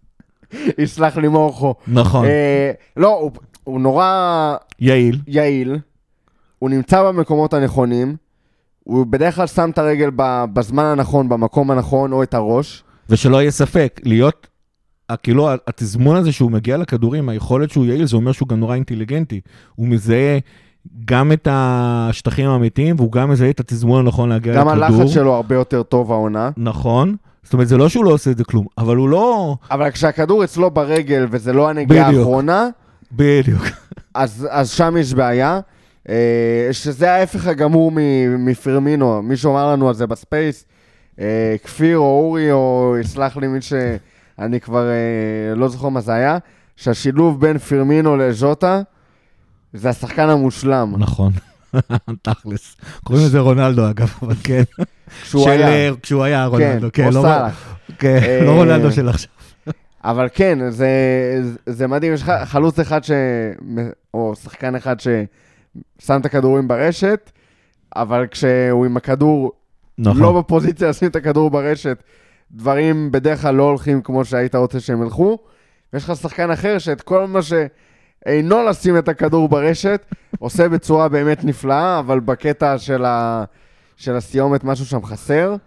יסלח לי מורכו. נכון. לא, הוא, הוא נורא... יעיל. יעיל. הוא נמצא במקומות הנכונים. הוא בדרך כלל שם את הרגל בזמן הנכון, במקום הנכון, או את הראש. ושלא יהיה ספק, להיות... כאילו, התזמון הזה שהוא מגיע לכדורים, היכולת שהוא יעיל, זה אומר שהוא גם נורא אינטליגנטי. הוא מזהה גם את השטחים האמיתיים, והוא גם מזהה את התזמון הנכון להגיע גם לכדור. גם הלחץ שלו הרבה יותר טוב העונה. נכון. זאת אומרת, זה לא שהוא לא עושה את זה כלום, אבל הוא לא... אבל כשהכדור אצלו ברגל, וזה לא הנגיעה האחרונה, בדיוק. אז, אז שם יש בעיה, שזה ההפך הגמור מפרמינו. מישהו אמר לנו על זה בספייס, כפיר או אורי, או יסלח לי מי ש... אני כבר לא זוכר מה זה היה, שהשילוב בין פרמינו לז'וטה, זה השחקן המושלם. נכון. תכלס. קוראים לזה רונלדו אגב, אבל כן. כשהוא היה. כשהוא היה רונלדו, כן. או סלח. כן, לא רונלדו של עכשיו. אבל כן, זה מדהים, יש חלוץ אחד ש... או שחקן אחד ששם את הכדורים ברשת, אבל כשהוא עם הכדור לא בפוזיציה לשים את הכדור ברשת, דברים בדרך כלל לא הולכים כמו שהיית רוצה שהם ילכו, ויש לך שחקן אחר שאת כל מה שאינו לשים את הכדור ברשת, עושה בצורה באמת נפלאה, אבל בקטע של, ה... של הסיומת משהו שם חסר.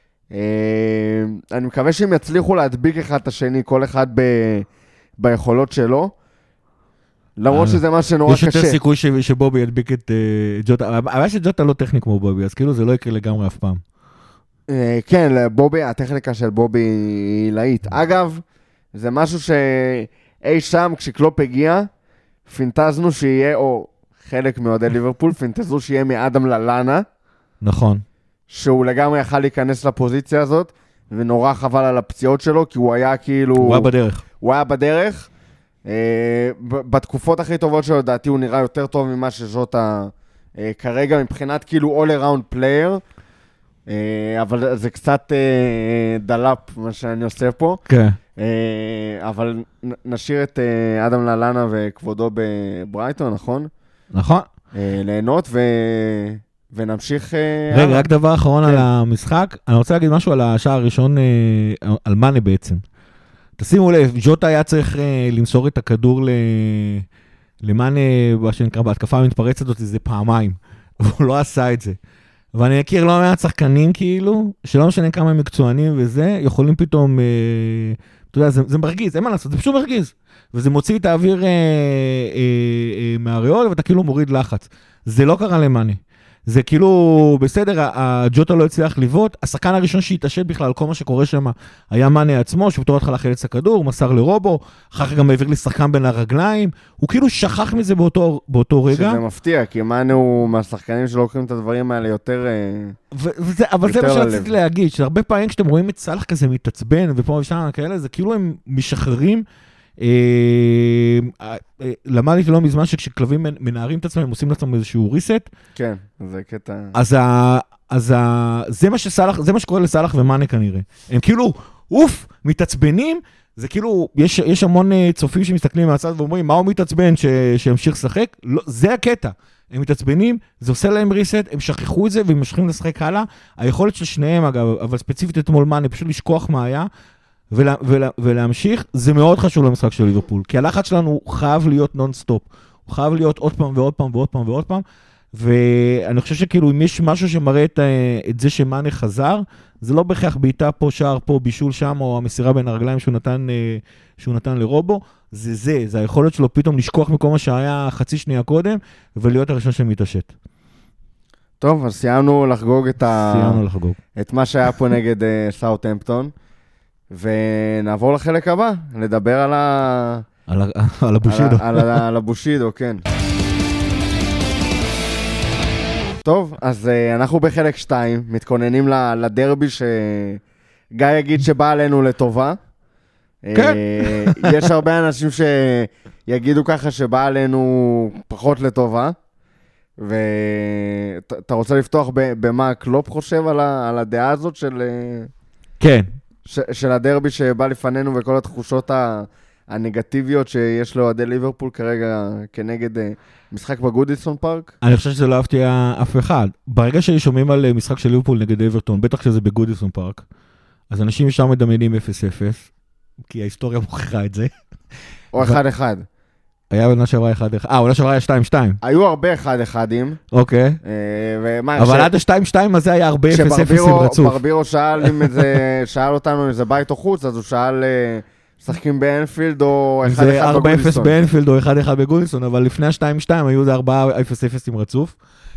אני מקווה שהם יצליחו להדביק אחד את השני, כל אחד ב... ביכולות שלו, למרות שזה מה שנורא קשה. יש יותר סיכוי שבובי ידביק את ג'וטה, אבל שג'וטה לא טכני כמו בובי, אז כאילו זה לא יקרה לגמרי אף פעם. כן, בובי, הטכניקה של בובי היא להיט. אגב, זה משהו שאי שם, כשקלופ הגיע, פינטזנו שיהיה, או חלק מאוהדי ליברפול, פינטזנו שיהיה מאדם ללאנה. נכון. שהוא לגמרי יכל להיכנס לפוזיציה הזאת, ונורא חבל על הפציעות שלו, כי הוא היה כאילו... הוא היה בדרך. הוא היה בדרך. בתקופות הכי טובות שלו, דעתי, הוא נראה יותר טוב ממה שז'וטה כרגע, מבחינת כאילו all around player. אבל זה קצת דלאפ מה שאני עושה פה. כן. אבל נשאיר את אדם ללאנה וכבודו בברייטון, נכון? נכון. ליהנות ו... ונמשיך... רגע, רק דבר אחרון על המשחק. אני רוצה להגיד משהו על השער הראשון, על מאנה בעצם. תשימו לב, ג'וטה היה צריך למסור את הכדור למאנה, מה שנקרא, בהתקפה המתפרצת הזאת, זה פעמיים. והוא לא עשה את זה. ואני אכיר לא מעט שחקנים כאילו, שלא משנה כמה מקצוענים וזה, יכולים פתאום, אה, אתה יודע, זה, זה מרגיז, אין מה לעשות, זה פשוט מרגיז. וזה מוציא את האוויר אה, אה, אה, מהריאול, ואתה כאילו מוריד לחץ. זה לא קרה למאנה. זה כאילו, בסדר, הג'וטה לא הצליח לבעוט, השחקן הראשון שהתעשת בכלל על כל מה שקורה שם, היה מאנה עצמו, שבתור התחלה חילץ הכדור, הוא מסר לרובו, אחר כך גם העביר לי שחקן בין הרגליים, הוא כאילו שכח מזה באותו, באותו רגע. שזה מפתיע, כי מאנה הוא מהשחקנים שלא לוקחים את הדברים האלה יותר... וזה, אבל זה מה שרציתי להגיד, שהרבה פעמים כשאתם רואים את סלח כזה מתעצבן, ופה ושם כאלה, זה כאילו הם משחררים, למדתי לא מזמן שכשכלבים מנערים את עצמם, הם עושים לעצמם איזשהו ריסט. כן, זה קטע... אז, ה, אז ה, זה מה שסלח, זה מה שקורה לסלח ומאנה כנראה. הם כאילו, אוף, מתעצבנים, זה כאילו, יש, יש המון צופים שמסתכלים מהצד ואומרים, מה הוא מתעצבן ש, שימשיך לשחק? לא, זה הקטע. הם מתעצבנים, זה עושה להם ריסט, הם שכחו את זה והם ממשיכים לשחק הלאה. היכולת של שניהם, אגב, אבל ספציפית אתמול מאנה, פשוט לשכוח מה היה, ולה, ולה, ולהמשיך, זה מאוד חשוב למשחק של ליברפול, כי הלחץ שלנו חייב להיות נון-סטופ, הוא חייב להיות עוד פעם ועוד פעם ועוד פעם ועוד פעם, ואני חושב שכאילו אם יש משהו שמראה את, את זה שמאנה חזר, זה לא בהכרח בעיטה פה, שער פה, בישול שם, או המסירה בין הרגליים שהוא נתן, שהוא נתן לרובו, זה זה, זה היכולת שלו פתאום לשכוח מכל מה שהיה חצי שנייה קודם, ולהיות הראשון שמתעשת. טוב, אז סיימנו לחגוג את, ה... סיימנו לחגוג. את מה שהיה פה נגד סאות'המפטון. ונעבור לחלק הבא, לדבר על ה... על, על הבושידו. על, על, על הבושידו, כן. טוב, אז uh, אנחנו בחלק שתיים, מתכוננים לדרבי שגיא יגיד שבא עלינו לטובה. כן. Uh, יש הרבה אנשים שיגידו ככה שבא עלינו פחות לטובה. ואתה רוצה לפתוח במה קלופ חושב על, ה... על הדעה הזאת של... כן. של הדרבי שבא לפנינו וכל התחושות הנגטיביות שיש לו עדי ליברפול כרגע כנגד משחק בגודיסון פארק? אני חושב שזה לא אהבתי אף אחד. ברגע ששומעים על משחק של ליברפול נגד אברטון, בטח שזה בגודיסון פארק, אז אנשים שם מדמיינים אפס אפס, כי ההיסטוריה מוכיחה את זה. או אחד אחד. היה עונה שעברה אחד אחד. אה, עונה שעברה היה שתיים שתיים. היו הרבה אחד אחד-ים. אוקיי. אבל עד ה-שתיים שתיים הזה היה הרבה אפס אפס עם רצוף. כשברבירו שאל אם זה, שאל אותנו אם זה בית או חוץ, אז הוא שאל משחקים באנפילד או אחד אחד בגוליסון. זה ארבע אפס באנפילד או אחד אחד בגוליסון, אבל לפני ה-שתיים שתיים היו זה ארבע אפס אפס עם רצוף.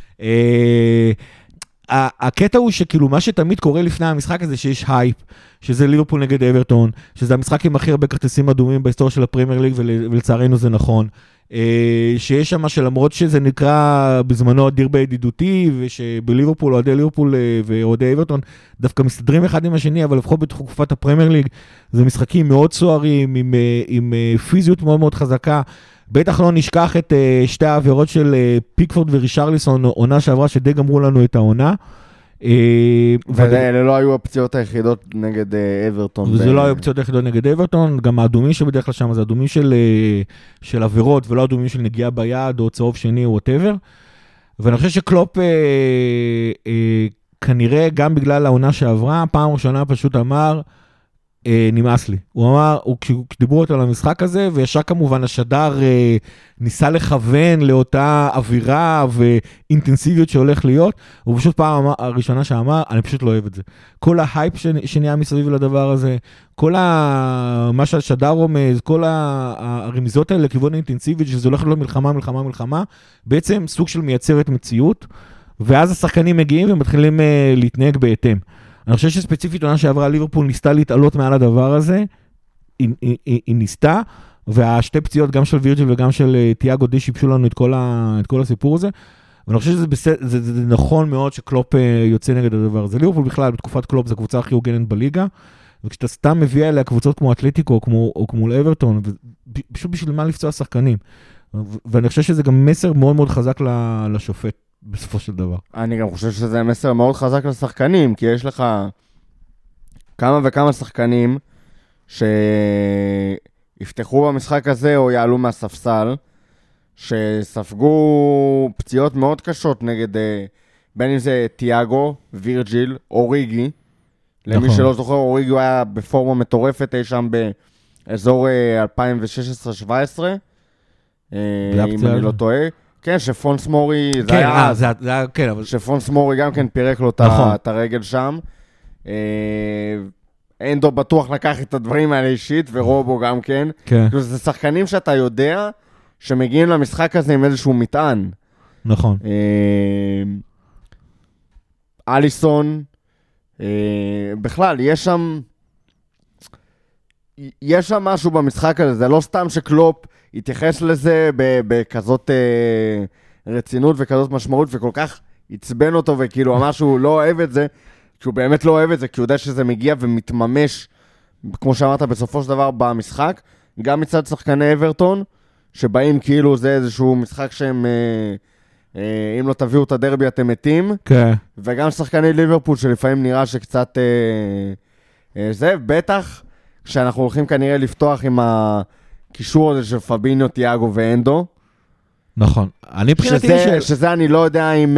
הקטע הוא שכאילו מה שתמיד קורה לפני המשחק הזה שיש הייפ, שזה ליברפול נגד אברטון, שזה המשחק עם הכי הרבה כרטיסים אדומים בהיסטוריה של הפרמייר ליג, ולצערנו זה נכון, שיש שם שלמרות שזה נקרא בזמנו דרבי ידידותי, ושבליברפול, אוהדי ליברפול ואוהדי אברטון דווקא מסתדרים אחד עם השני, אבל לפחות בתקופת הפרמייר ליג, זה משחקים מאוד סוערים, עם, עם פיזיות מאוד מאוד חזקה, בטח לא נשכח את uh, שתי העבירות של uh, פיקפורד ורישרליסון, עונה שעברה שדי גמרו לנו את העונה. ואלה לא היו הפציעות היחידות נגד אברטון. וזה לא היו הפציעות היחידות נגד אברטון, גם האדומים שבדרך כלל שם זה אדומים של, של עבירות, ולא אדומים של נגיעה ביד, או צהוב שני, או whatever. ואני חושב שקלופ, אה, אה, כנראה גם בגלל העונה שעברה, פעם ראשונה פשוט אמר, אה, נמאס לי. הוא אמר, כשדיברו אותו על המשחק הזה, וישר כמובן השדר אה, ניסה לכוון לאותה אווירה ואינטנסיביות שהולך להיות, הוא פשוט פעם הראשונה שאמר, אני פשוט לא אוהב את זה. כל ההייפ שנהיה מסביב לדבר הזה, כל ה... מה שהשדר רומז, כל הרמיזות האלה לכיוון האינטנסיביות, שזה הולך להיות מלחמה, מלחמה, מלחמה, בעצם סוג של מייצרת מציאות, ואז השחקנים מגיעים ומתחילים uh, להתנהג בהתאם. אני חושב שספציפית עונה שעברה ליברפול ניסתה להתעלות מעל הדבר הזה, היא, היא, היא, היא ניסתה, והשתי פציעות גם של וירג'יל וגם של uh, תיאגו די שיפשו לנו את כל, ה, את כל הסיפור הזה, ואני חושב שזה בסד, זה, זה, זה נכון מאוד שקלופ uh, יוצא נגד הדבר הזה. ליברפול בכלל בתקופת קלופ זו קבוצה הכי הוגנת בליגה, וכשאתה סתם מביא אליה קבוצות כמו אתלטיקו או כמו, או כמו אברטון, פשוט בשביל מה לפצוע שחקנים. ואני חושב שזה גם מסר מאוד מאוד חזק לשופט בסופו של דבר. אני גם חושב שזה מסר מאוד חזק לשחקנים, כי יש לך כמה וכמה שחקנים שיפתחו במשחק הזה או יעלו מהספסל, שספגו פציעות מאוד קשות נגד, בין אם זה תיאגו, וירג'יל, אוריגי. למי שלא זוכר, אוריגי הוא היה בפורמה מטורפת, אי שם באזור אלפיים ושש עשרה שבע עשרה, אם אני לא טועה. כן, שפונס מורי, זה היה אז, שפונס מורי גם כן פירק לו את הרגל שם. אנדו בטוח לקח את הדברים האלה אישית, ורובו גם כן. זה שחקנים שאתה יודע שמגיעים למשחק הזה עם איזשהו מטען. נכון. אליסון, בכלל, יש שם יש שם משהו במשחק הזה, זה לא סתם שקלופ יתייחס לזה בכזאת רצינות וכזאת משמעות, וכל כך יצבן אותו, וכאילו אמר שהוא לא אוהב את זה, כי הוא באמת לא אוהב את זה, כי הוא יודע שזה מגיע ומתממש, כמו שאמרת, בסופו של דבר במשחק, גם מצד שחקני אברטון, שבאים כאילו זה איזשהו משחק שהם, אם לא תביאו את הדרבי אתם מתים, וגם שחקני ליברפול שלפעמים נראה שקצת זה, בטח כשאנחנו הולכים כנראה לפתוח עם הקישור הזה של פביניו, תיאגו ואנדו. נכון. אני שזה, של... שזה אני לא יודע אם,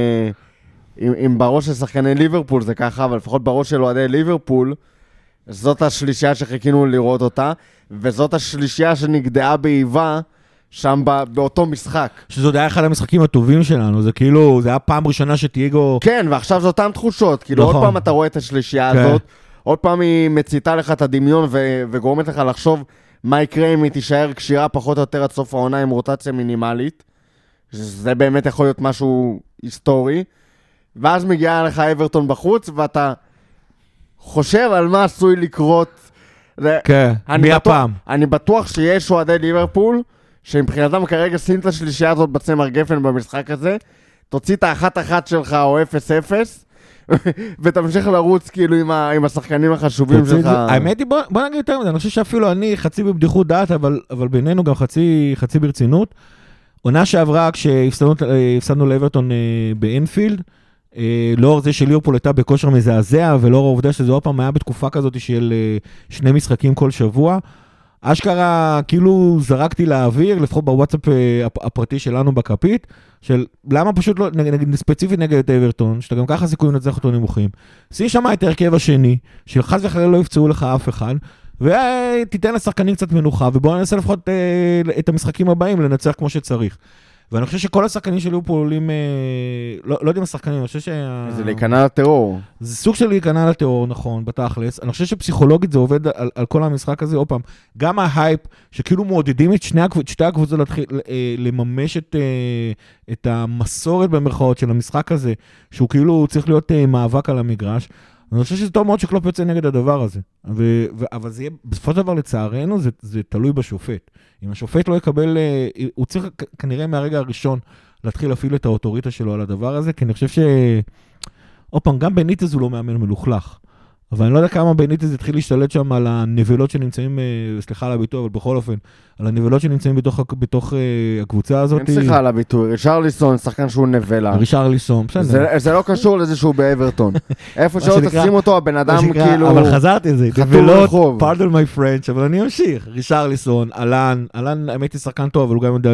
אם, אם בראש של שחקני ליברפול זה ככה, אבל לפחות בראש של אוהדי ליברפול, זאת השלישייה שחיכינו לראות אותה, וזאת השלישייה שנגדעה באיבה שם באותו משחק. שזאת היה אחד המשחקים הטובים שלנו, זה כאילו, זה היה פעם ראשונה שתיאגו... כן, ועכשיו זה אותן תחושות, כאילו נכון. עוד פעם אתה רואה את השלישייה כן. הזאת, עוד פעם היא מציתה לך את הדמיון ו- וגורמת לך לחשוב מה יקרה אם היא תישאר קשירה פחות או יותר עד סוף העונה עם רוטציה מינימלית. זה באמת יכול להיות משהו היסטורי. ואז מגיעה לך אברטון בחוץ ואתה חושב על מה עשוי לקרות. כן, מי הפעם? אני בטוח שיש אוהדי ליברפול שמבחינתם כרגע שים את השלישייה הזאת בצמר גפן במשחק הזה, תוציא את האחת אחת שלך או אפס אפס, ותמשיך לרוץ כאילו עם, ה, עם השחקנים החשובים שלך. האמת היא, בוא, בוא נגיד יותר מזה, אני חושב שאפילו אני חצי בבדיחות דעת, אבל, אבל בינינו גם חצי, חצי ברצינות. עונה שעברה כשהפסדנו לאברטון באנפילד, לאור זה שליברפול הייתה בכושר מזעזע, ולאור העובדה שזה עוד פעם היה בתקופה כזאת של שני משחקים כל שבוע, אשכרה כאילו זרקתי לאוויר, לפחות בוואטסאפ הפרטי שלנו בכפית, של למה פשוט לא, נגיד, ספציפית נגד אברטון, שאתה גם ככה סיכויים לנצח אותו נמוכים, שים שם את ההרכב השני, של חס וחלילה לא יפצעו לך אף אחד, ותיתן לשחקנים קצת מנוחה, ובואו ננסה לפחות את המשחקים הבאים לנצח כמו שצריך. ואני חושב שכל השחקנים של ליברפול עולים, לא, לא יודעים השחקנים, אני חושב שה... זה להיכנע לטרור. זה סוג של להיכנע לטרור, נכון, בתכלס. אני חושב שפסיכולוגית זה עובד על, על כל המשחק הזה, עוד פעם, גם ההייפ, שכאילו מעודדים את שני הקבוצות, שתי הקבוצות להתחיל לממש את, את המסורת במרכאות של המשחק הזה, שהוא כאילו צריך להיות מאבק על המגרש. אני חושב שזה טוב מאוד שקלופ יוצא נגד הדבר הזה. ו, ו, אבל זה יהיה, בסופו של דבר לצערנו, זה, זה תלוי בשופט. אם השופט לא יקבל, הוא צריך כנראה מהרגע הראשון להתחיל להפעיל את האוטוריטה שלו על הדבר הזה, כי אני חושב ש... עוד פעם, גם בניטז הוא לא מאמן מלוכלך. אבל אני לא יודע כמה בניטז התחיל להשתלט שם על הנבלות שנמצאים, סליחה על הביטוי, אבל בכל אופן, על הנבלות שנמצאים בתוך, בתוך הקבוצה הזאת. אין סליחה על הביטוי, רישרליסון, שחקן שהוא נבלה. רישרליסון, בסדר. זה, זה לא קשור לזה שהוא באברטון. איפה שלא תשים אותו, הבן אדם כאילו... אבל חזרתי לזה, נבלות, pardon my French, אבל אני אמשיך. רישרליסון, אלן, אלן, האמת היא שחקן טוב, אבל הוא גם יודע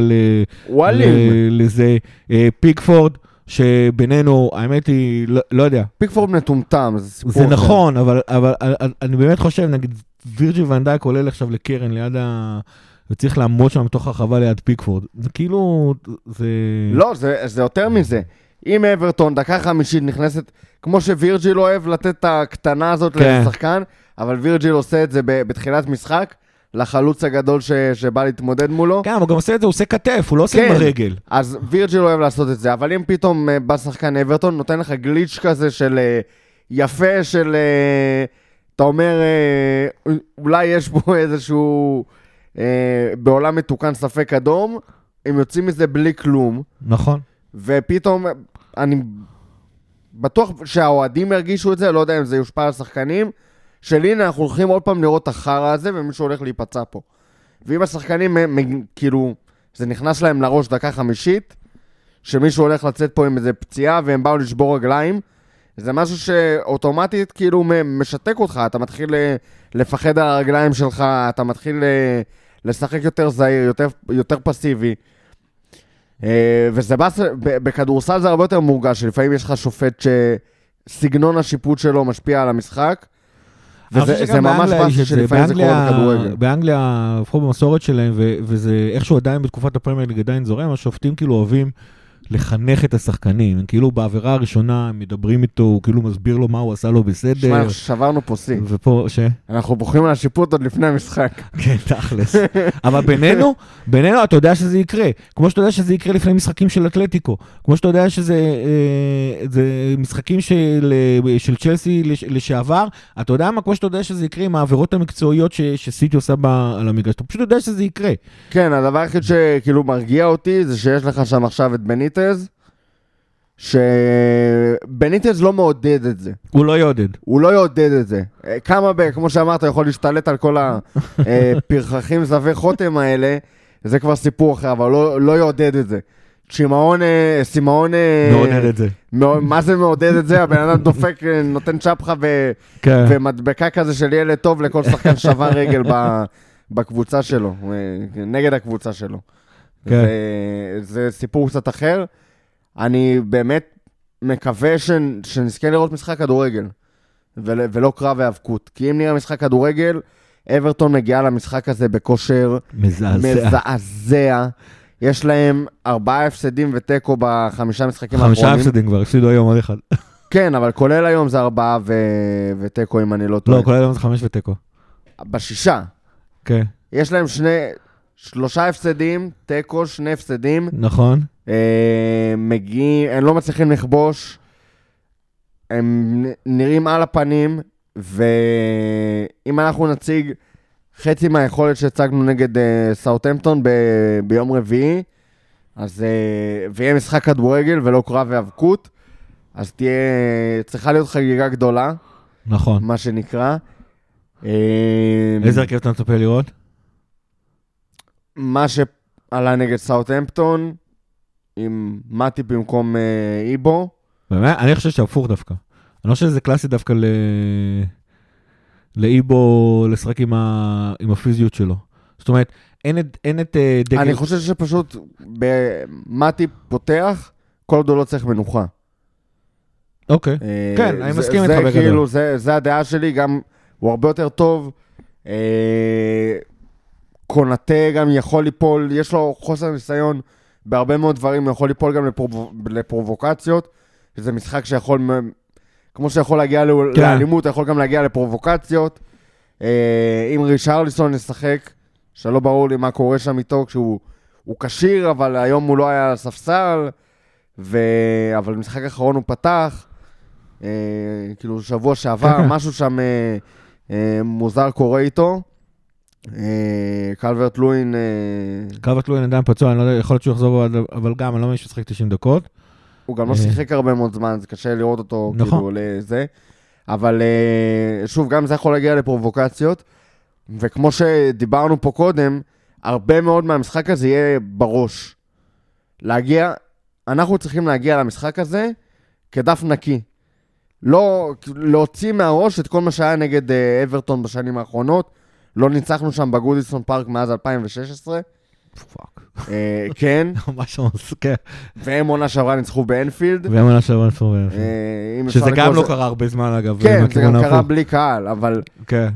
לזה, פיקפורד, שבינינו, האמת היא, לא, לא יודע. פיקפורד מטומטם, זה סיפור. זה נכון, אבל, אבל אני באמת חושב, נגיד, וירג'יל ון דייק עולה עכשיו לקרן ליד ה... וצריך לעמוד שם בתוך הרחבה ליד פיקפורד. זה כאילו, זה... לא, זה, זה יותר מזה. אם אברטון, דקה חמישית נכנסת, כמו שווירג'יל אוהב לתת את הקטנה הזאת כן. לשחקן, אבל וירג'יל עושה את זה בתחילת משחק, לחלוץ הגדול ש... שבא להתמודד מולו. כן, הוא גם עושה את זה, הוא עושה כתף, הוא לא עושה כן. עם הרגל. אז וירג'יל אוהב לעשות את זה, אבל אם פתאום בא שחקן אברטון, נותן לך גליץ' כזה של יפה, של... אתה אומר, אולי יש פה איזשהו... בעולם מתוקן ספק אדום, הם יוצאים מזה בלי כלום. נכון. ופתאום, אני בטוח שהאוהדים הרגישו את זה, לא יודע אם זה יושפע על שחקנים, של הנה, אנחנו הולכים עוד פעם לראות את החרא הזה, ומישהו הולך להיפצע פה. ואם השחקנים, כאילו, זה נכנס להם לראש דקה חמישית, שמישהו הולך לצאת פה עם איזה פציעה, והם באו לשבור רגליים, זה משהו שאוטומטית, כאילו, משתק אותך, אתה מתחיל לפחד על הרגליים שלך, אתה מתחיל לשחק יותר זהיר, יותר, יותר פסיבי. וזה בא, בכדורסל זה הרבה יותר מורגש, שלפעמים יש לך שופט שסגנון השיפוט שלו משפיע על המשחק, וזה ממש משהו שלפעמים זה קורה בכדורגל. באנגליה, לפחות במסורת שלהם, וזה איכשהו עדיין בתקופת הפרמייר ליג עדיין זורם, השופטים כאילו אוהבים לחנך את השחקנים, כאילו בעבירה הראשונה הם מדברים איתו, הוא כאילו מסביר לו מה הוא עשה לו בסדר. שמע, שברנו פה סי. ופה, ש? אנחנו בוחרים על השיפוט עוד לפני המשחק. כן, תכלס. אבל בינינו, בינינו אתה יודע שזה יקרה. כמו שאתה יודע שזה יקרה לפני משחקים של אתלטיקו. כמו שאתה יודע שזה זה משחקים של, של צ'לסי לשעבר. אתה יודע מה? כמו שאתה יודע שזה יקרה עם העבירות המקצועיות ש, שסיטי עושה בה, על המגרש. אתה פשוט יודע שזה יקרה. כן, הדבר היחיד שכאילו מרגיע אותי זה שיש לך שם עכשיו את בניט שבניטז לא מעודד את זה. הוא לא יעודד. הוא לא יעודד את זה. כמה ב, כמו שאמרת, יכול להשתלט על כל הפרחחים זבי חותם האלה, זה כבר סיפור אחר, אבל לא, לא יעודד את זה. שימאון, סימאון... מעודד את זה. מה זה מעודד את זה? הבן אדם דופק, נותן צ'פחה ו, כן. ומדבקה כזה של ילד טוב לכל שחקן שבר רגל ב, בקבוצה שלו, נגד הקבוצה שלו. כן. זה, זה סיפור קצת אחר. אני באמת מקווה ש, שנזכה לראות משחק כדורגל, ול, ולא קרב והאבקות. כי אם נראה משחק כדורגל, אברטון מגיעה למשחק הזה בכושר מזעזע. מזעזע. יש להם ארבעה הפסדים וטקו בחמישה משחקים האחרונים. חמישה הפסדים כבר, הפסידו היום עוד אחד. כן, אבל כולל היום זה ארבעה ו... וטקו, אם אני לא טועה. לא, כולל היום זה חמש וטקו. בשישה. כן. יש להם שני... שלושה הפסדים, טקו, שני הפסדים. נכון. אה, מגיעים, הם לא מצליחים לכבוש, הם נראים על הפנים, ואם אנחנו נציג חצי מהיכולת שהצגנו נגד אה, סאות'המפטון ב- ביום רביעי, אז אה, ויהיה משחק כדורגל ולא קרב והאבקות, אז תהיה, צריכה להיות חגיגה גדולה. נכון. מה שנקרא. אה, איזה הרכב אתה מצפה לראות? מה שעלה נגד סאות'המפטון, עם מתי במקום אה, איבו. באמת? אני חושב שהפוך דווקא. אני חושב שזה קלאסי דווקא ל... לאיבו לשחק עם, ה... עם הפיזיות שלו. זאת אומרת, אין את, אין את uh, דגל... אני חושב שפשוט במתי פותח, כל עוד הוא לא צריך מנוחה. אוקיי, אה, כן, אני מסכים איתך בגדול. כאילו, זה, זה הדעה שלי, גם הוא הרבה יותר טוב קונטה גם יכול ליפול, יש לו חוסר ניסיון בהרבה מאוד דברים, הוא יכול ליפול גם לפרו, לפרובוקציות, זה משחק שיכול, כמו שיכול להגיע כן. לאלימות, יכול גם להגיע לפרובוקציות. אם רישרליסון ישחק, שלא ברור לי מה קורה שם איתו, כשהוא הוא קשיר, אבל היום הוא לא היה ספסל, ו... אבל במשחק האחרון הוא פתח, אה, כאילו שבוע שעבר, משהו שם אה, אה, מוזר קורה איתו. אה, קלברט לוין... אה... קלברט לוין עדיין פצוע, אני לא יודע, יכול להיות שהוא יחזור, אבל גם, אני לא מבין שהוא שחק תשעים דקות. הוא גם לא שיחק הרבה מאוד זמן, זה קשה לראות אותו נכון. כאילו לזה. אבל אה, שוב, גם זה יכול להגיע לפרובוקציות, וכמו שדיברנו פה קודם, הרבה מאוד מהמשחק הזה יהיה בראש. להגיע, אנחנו צריכים להגיע למשחק הזה כדף נקי. לא, להוציא מהראש את כל מה שהיה נגד אה, אברטון בשנים האחרונות. לא ניצחנו שם בגודיסון פארק מאז אלפיים ושש עשרה. פאק. אה, כן. ממש מזכר. והם עונה שעברה ניצחו באנפילד. והם עונה שעברה ניצחו באנפילד. שזה גם לא קרה הרבה זמן אגב. כן, זה גם קרה בלי קהל, אבל... כן.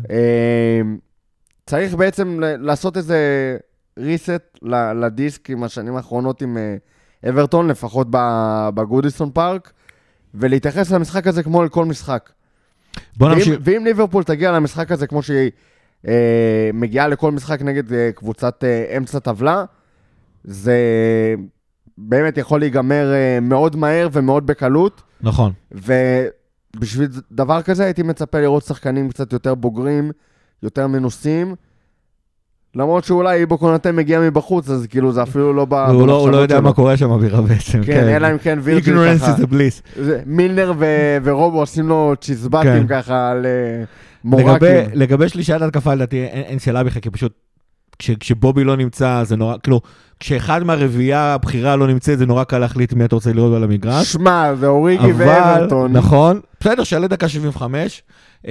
צריך בעצם לעשות איזה ריסט לדיסק עם השנים האחרונות עם אברטון, לפחות בגודיסון פארק, ולהתייחס למשחק הזה כמו לכל משחק. בוא נמשיך. ואם ליברפול תגיע למשחק הזה כמו שהיא מגיעה לכל משחק נגד קבוצת אמצע טבלה, זה באמת יכול להיגמר מאוד מהר ומאוד בקלות. נכון. ובשביל דבר כזה הייתי מצפה לראות שחקנים קצת יותר בוגרים, יותר מנוסים, למרות שאולי איבו קונטה מגיע מבחוץ, אז כאילו זה אפילו לא בא... הוא לא יודע מה קורה שם אווירה בעצם. כן, אלא אם כן וירג'יל ככה. Ignorance is a bliss. מילנר ורובו עושים לו צ'יזבטים ככה על מורקים. לגבי שלישת התקפה, לדעתי אין שאלה בכלל, כי פשוט כשבובי לא נמצא, זה נורא, כאילו, כשאחד מהרביעייה הבחירה לא נמצא, זה נורא קל להחליט מי אתה רוצה לראות על המגרש. שמע, זה אוריגי ואברטון. נכון, בסדר, שעלה דקה שבעים וחמש,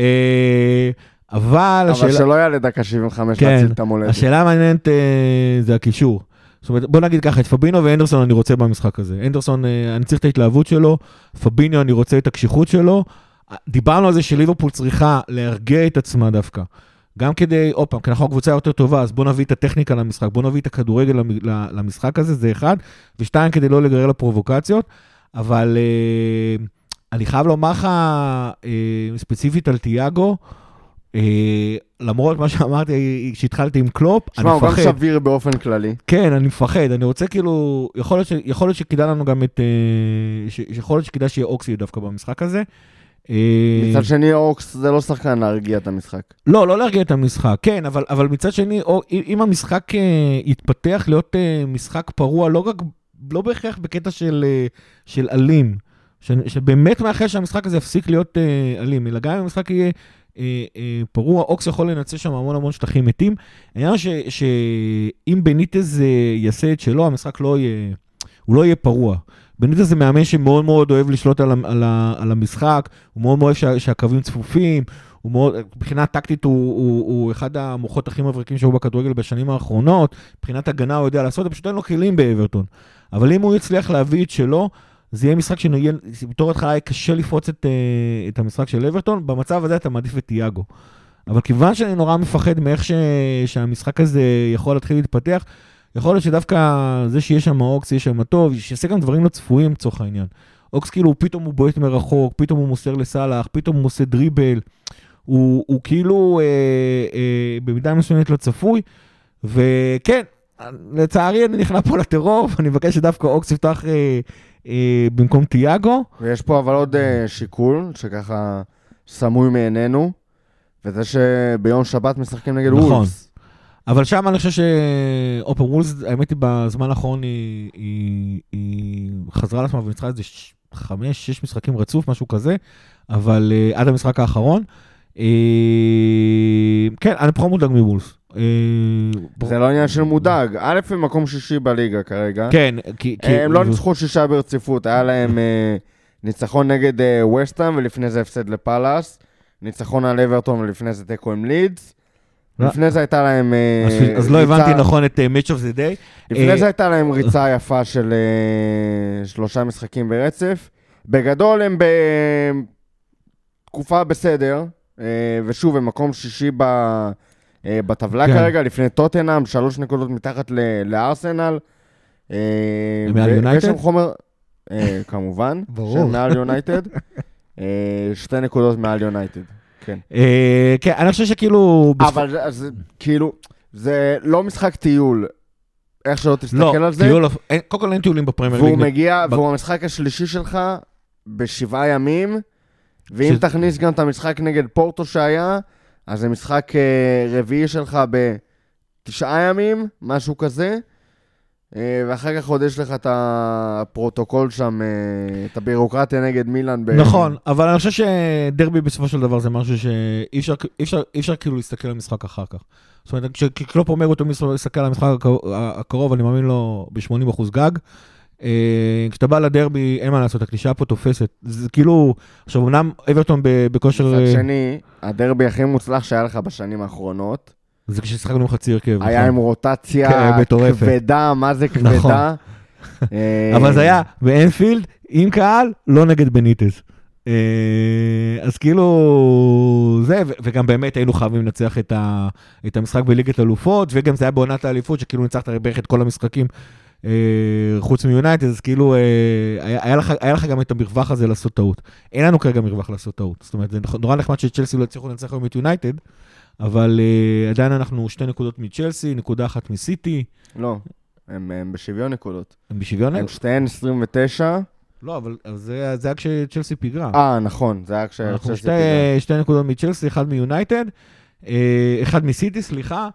אבל... אבל שלא היה לדקה שבעים וחמש להציל את המולדת. השאלה המעניינת זה הקישור. זאת אומרת, בוא נגיד ככה, את פבינו ואנדרסון אני רוצה במשחק הזה. אנדרסון, אני צריך את ההתלהבות שלו, פבינו אני רוצה את הקשיחות שלו. דיברנו על זה שליברפול צריכה להרגיע את עצמה דווקא. גם כדי, עוד פעם, כי אנחנו קבוצה יותר טובה, אז בוא נביא את הטכניקה למשחק, בוא נביא את הכדורגל למשחק הזה, זה אחד, ושתיים, כדי לא לגרר לפרובוקציות, אבל אה, אני חייב לומר לך, אה, ספציפית על תיאגו, אה, למרות מה שאמרתי, שהתחלתי עם קלופ, שמה, אני מפחד. שמה, הוא גם שביר באופן כללי. כן, אני מפחד, אני רוצה כאילו, יכול להיות, ש, יכול להיות שכדאי לנו גם את, אה, ש, יכול להיות שכדאי שיהיה אוקסי דווקא במשחק הזה, מצד שני, אוקס זה לא שחקן להרגיע את המשחק. לא, לא להרגיע את המשחק, כן, אבל, אבל מצד שני, אם המשחק יתפתח להיות משחק פרוע, לא, רק, לא בהכרח בקטע של, של אלים, שבאמת מאחר שהמשחק הזה יפסיק להיות אלים, אלא גם אם המשחק יהיה פרוע, אוקס יכול לנצל שם המון המון שטחים מתים. העניין שאם בניטז יעשה את שלו, המשחק לא יהיה, הוא לא יהיה פרוע. בניטז זה מאמן שמאוד מאוד אוהב לשלוט על, על, על המשחק, הוא מאוד אוהב שה, שהקווים צפופים, הוא מאוד, מבחינה טקטית הוא, הוא, הוא אחד המוחות הכי מבריקים שהיו בכדורגל בשנים האחרונות, מבחינת הגנה הוא יודע לעשות, פשוט אין לו כלים באברטון. אבל אם הוא יצליח להביא את שלו, זה יהיה משחק שנהיה, בתור התחלה יהיה קשה לפרוץ את, את המשחק של אברטון, במצב הזה אתה מעדיף את תיאגו. אבל כיוון שאני נורא מפחד מאיך ש, שהמשחק הזה יכול להתחיל להתפתח, יכול להיות שדווקא זה שיש שם אוקס, יש שם טוב, שיעשה גם דברים לא צפויים צורך העניין. אוקס כאילו, פתאום הוא בועט מרחוק, פתאום הוא מוסר לסלח, פתאום הוא עושה דריבל, הוא, הוא כאילו אה, אה, במידה מסוימת לא צפוי, וכן, לצערי אני נכנע פה לטרור, ואני מבקש שדווקא אוקס יפתח אה, אה, במקום תיאגו. ויש פה אבל עוד אה, שיקול, שככה סמוי מעינינו, וזה שביום שבת משחקים נגד נכון. וולפס. אבל שם אני חושב שאופר וולס, האמת היא בזמן האחרון היא, היא, היא חזרה לעצמה וניצחה איזה חמש, שש משחקים רצוף, משהו כזה, אבל uh, עד המשחק האחרון, uh, כן, אני פחות מודאג מוולס. Uh, זה לא עניין של מודאג, א' הם מקום שישי בליגה כרגע. כן, כי... הם לא ניצחו שישה ברציפות, היה להם uh, ניצחון נגד ווסטהאם, ולפני זה הפסד לפלאס, ניצחון על אברטון ולפני זה תיקו עם לידס, לפני זה הייתה להם... אז לא הבנתי נכון את Match of the Day. לפני זה הייתה להם ריצה יפה של שלושה משחקים ברצף. בגדול הם בתקופה בסדר, ושוב, הם מקום שישי בטבלה כרגע, לפני טוטנהאם, שלוש נקודות מתחת לארסנל. מעל יונייטד? יש שם חומר, כמובן, מעל יונייטד. שתי נקודות מעל יונייטד, כן. כן, אני חושב שכאילו... אבל כאילו, זה לא משחק טיול. איך שלא תסתכל על זה. לא, טיול, קודם כל אין טיולים בפרמייר ליג. והוא מגיע, והוא המשחק השלישי שלך בשבעה ימים, ואם תכניס גם את המשחק נגד פורטו שהיה, אז זה משחק רביעי שלך בתשעה ימים, משהו כזה, ואחר כך עוד יש לך את הפרוטוקול שם, את הבירוקרטיה נגד מילאן. נכון, אבל אני חושב שדרבי בסופו של דבר זה משהו שאי אפשר, אי אפשר, אי אפשר כאילו להסתכל על המשחק אחר כך. זאת אומרת, כשקלופ אומר אותו להסתכל על המשחק הקרוב, אני מאמין לו ב-שמונים אחוז גג. כשאתה בא לדרבי, אין מה לעשות, הקלישה פה תופסת. זה כאילו, עכשיו, אמנם אברטון בכושר... מצד שני, הדרבי הכי מוצלח שהיה לך בשנים האחרונות. זה כששחקנו עם חצי הרכב. היה עם רוטציה כבדה, מה זה כבדה. אבל זה היה באנפילד, עם קהל, לא נגד בניטס. אז כאילו, זה, וגם באמת היינו חייבים לנצח את המשחק בליגת אלופות, וגם זה היה בעונת האליפות, שכאילו ניצחת בערך את כל המשחקים, חוץ מיונייטד, אז כאילו, היה לך, היה לך גם את המרווח הזה לעשות טעות. אין לנו כרגע מרווח לעשות טעות. זאת אומרת, זה נורא נחמד שצ'לסי לא הצליחו לנצח היום את יונייטד, אבל עדיין אנחנו שתי נקודות מצ'לסי, נקודה אחת מסיטי. לא, הם, הם בשוויון נקודות. הם בשוויון? הם שתיהן עשרים ותשע. לא, אבל זה, זה היה כשצ'לסי פיגרה. אה, נכון, זה היה כשצ'לסי פיגרה. אנחנו שתי, שתי נקודות מצ'לסי, אחד מיונייטד, אחד מסיטי, סליחה.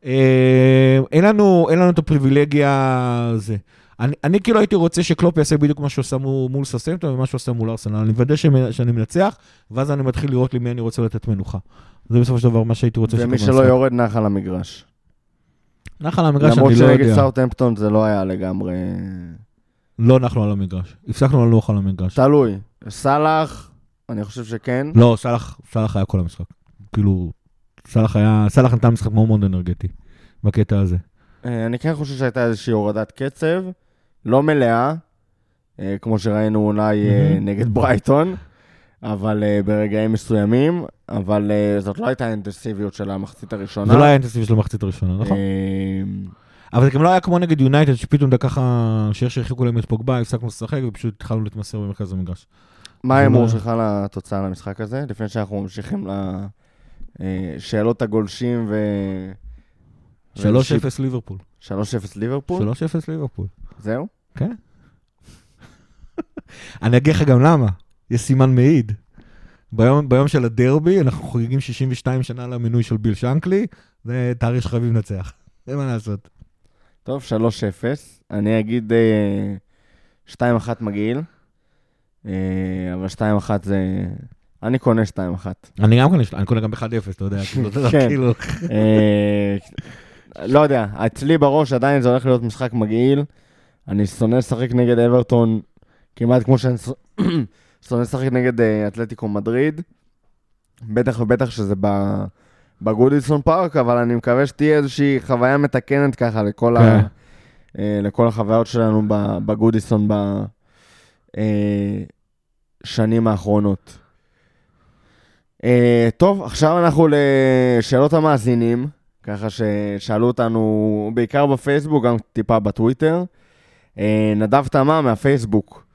אין לנו, אין לנו את הפריבילגיה הזה. אני, אני כאילו הייתי רוצה שקלופ יעשה בדיוק מה שהוא עושה מול סאות'המפטון ומה שהוא עושה מול ארסנל. אני מוודא שאני מנצח, ואז אני מתחיל לראות למי אני רוצה לתת מנוחה. זה בסופו של דבר מה שהייתי רוצה שקלופ יעשה. ומי שלא יורד נח על המגרש. נח על המגרש אני לא יודע. למרות שנגד סאות'המפטון זה לא היה לגמרי... לא נחנו על המגרש. הפסקנו לנוח על המגרש. תלוי. סלאח, אני חושב שכן. לא, סלאח, סלאח היה כל המשחק. כאילו, סלאח היה, סלאח נתן משחק מאוד מאוד אנרגטי, בקטע הזה. אני כן חושב שהייתה איזושהי הורדת קצב, לא מלאה, כמו שראינו אולי נגד ברייטון, אבל ברגעים מסוימים, אבל זאת לא הייתה האינטנסיביות של המחצית הראשונה. זה לא היה האינטנסיביות של המחצית הראשונה, נכון? אבל זה גם לא היה כמו נגד יונייטד, שפתאום דה ככה, שאיך שהרחיקו להם את פוגבה, הפסקנו לשחק, ופשוט התחלנו להתמסר במרכז המגרש. מה האמור שלך לתוצאה למשחק הזה? לפני שאנחנו ממשיכים לשאלות הגולשים ו... שלוש אפס ליברפול. שלוש אפס ליברפול? שלוש אפס ליברפול. זהו? כן. אני אגיד לך גם למה. יש סימן מעיד. ביום, ביום של הדרבי, אנחנו חוגגים שישים ושתיים שנה למינוי של ביל שנקלי, זה תאריך שחייבים לנצח. זה מה לעשות. טוב, שלוש אפס. אני אגיד שתיים אחת מגעיל, אבל שתיים אחת זה... אני קונה שתיים אחת. אני גם קונה, אני קונה גם ב-אחד אפס, אתה יודע, כאילו. לא יודע, אצלי בראש עדיין זה הולך להיות משחק מגעיל. אני שונא לשחק נגד אברטון, כמעט כמו שאני שונא לשחק נגד אתלטיקו מדריד. בטח ובטח שזה בגודיסון פארק, אבל אני מקווה שתהיה איזושהי חוויה מתקנת ככה לכל, ה, לכל החוויות שלנו בגודיסון בשנים האחרונות. טוב, עכשיו אנחנו לשאלות המאזינים. ככה ששאלו אותנו בעיקר בפייסבוק, גם טיפה בטוויטר. נדב תמה מהפייסבוק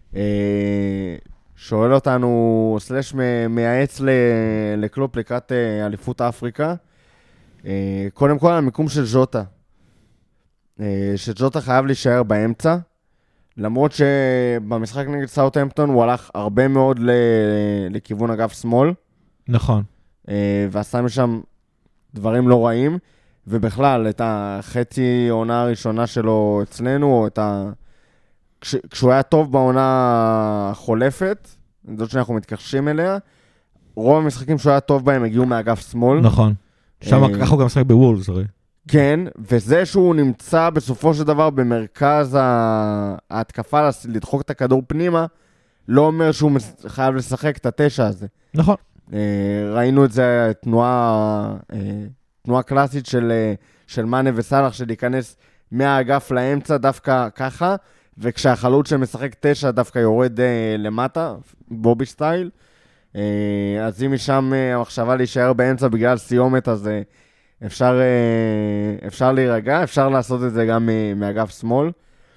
שואל אותנו, סלש מייעץ לקלופ לקראת אליפות אפריקה. קודם כל, המיקום של ז'וטה. שז'וטה חייב להישאר באמצע, למרות שבמשחק נגד סאות'המפטון הוא הלך הרבה מאוד לכיוון אגף שמאל. נכון. ועשה משם דברים לא רעים, ובכלל, את החצי העונה הראשונה שלו אצלנו, או את ה... כש... כשהוא היה טוב בעונה החולפת, זאת שאנחנו מתכחשים אליה, רוב המשחקים שהוא היה טוב בהם הגיעו מאגף שמאל. נכון. שם ככה הוא גם משחק בוולס, הרי. כן, וזה שהוא נמצא בסופו של דבר במרכז ההתקפה לדחוק את הכדור פנימה, לא אומר שהוא חייב לשחק את התשע הזה. נכון. ראינו את זה, תנועה, תנועה קלאסית של, של מנה וסלח, של להיכנס מהאגף לאמצע דווקא ככה, וכשהחלוץ שמשחק תשע דווקא יורד למטה, בובי סטייל, אז אם משם המחשבה להישאר באמצע בגלל סיומת, אז אפשר, אפשר להירגע, אפשר לעשות את זה גם מאגף שמאל.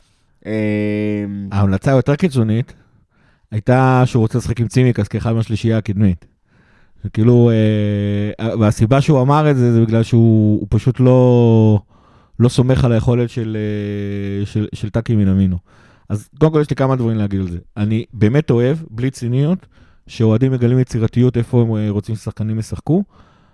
ההמלצה היותר קיצונית, הייתה שהוא רוצה לשחק עם צימקס כאחד מהשלישייה הקדמית. כאילו, והסיבה שהוא אמר את זה, זה בגלל שהוא פשוט לא, לא סומך על היכולת של, של, של טאקי מינמינו. אז קודם כל יש לי כמה דברים להגיד על זה. אני באמת אוהב, בלי ציניות, שאוהדים מגלים יצירתיות איפה הם רוצים ששחקנים ישחקו,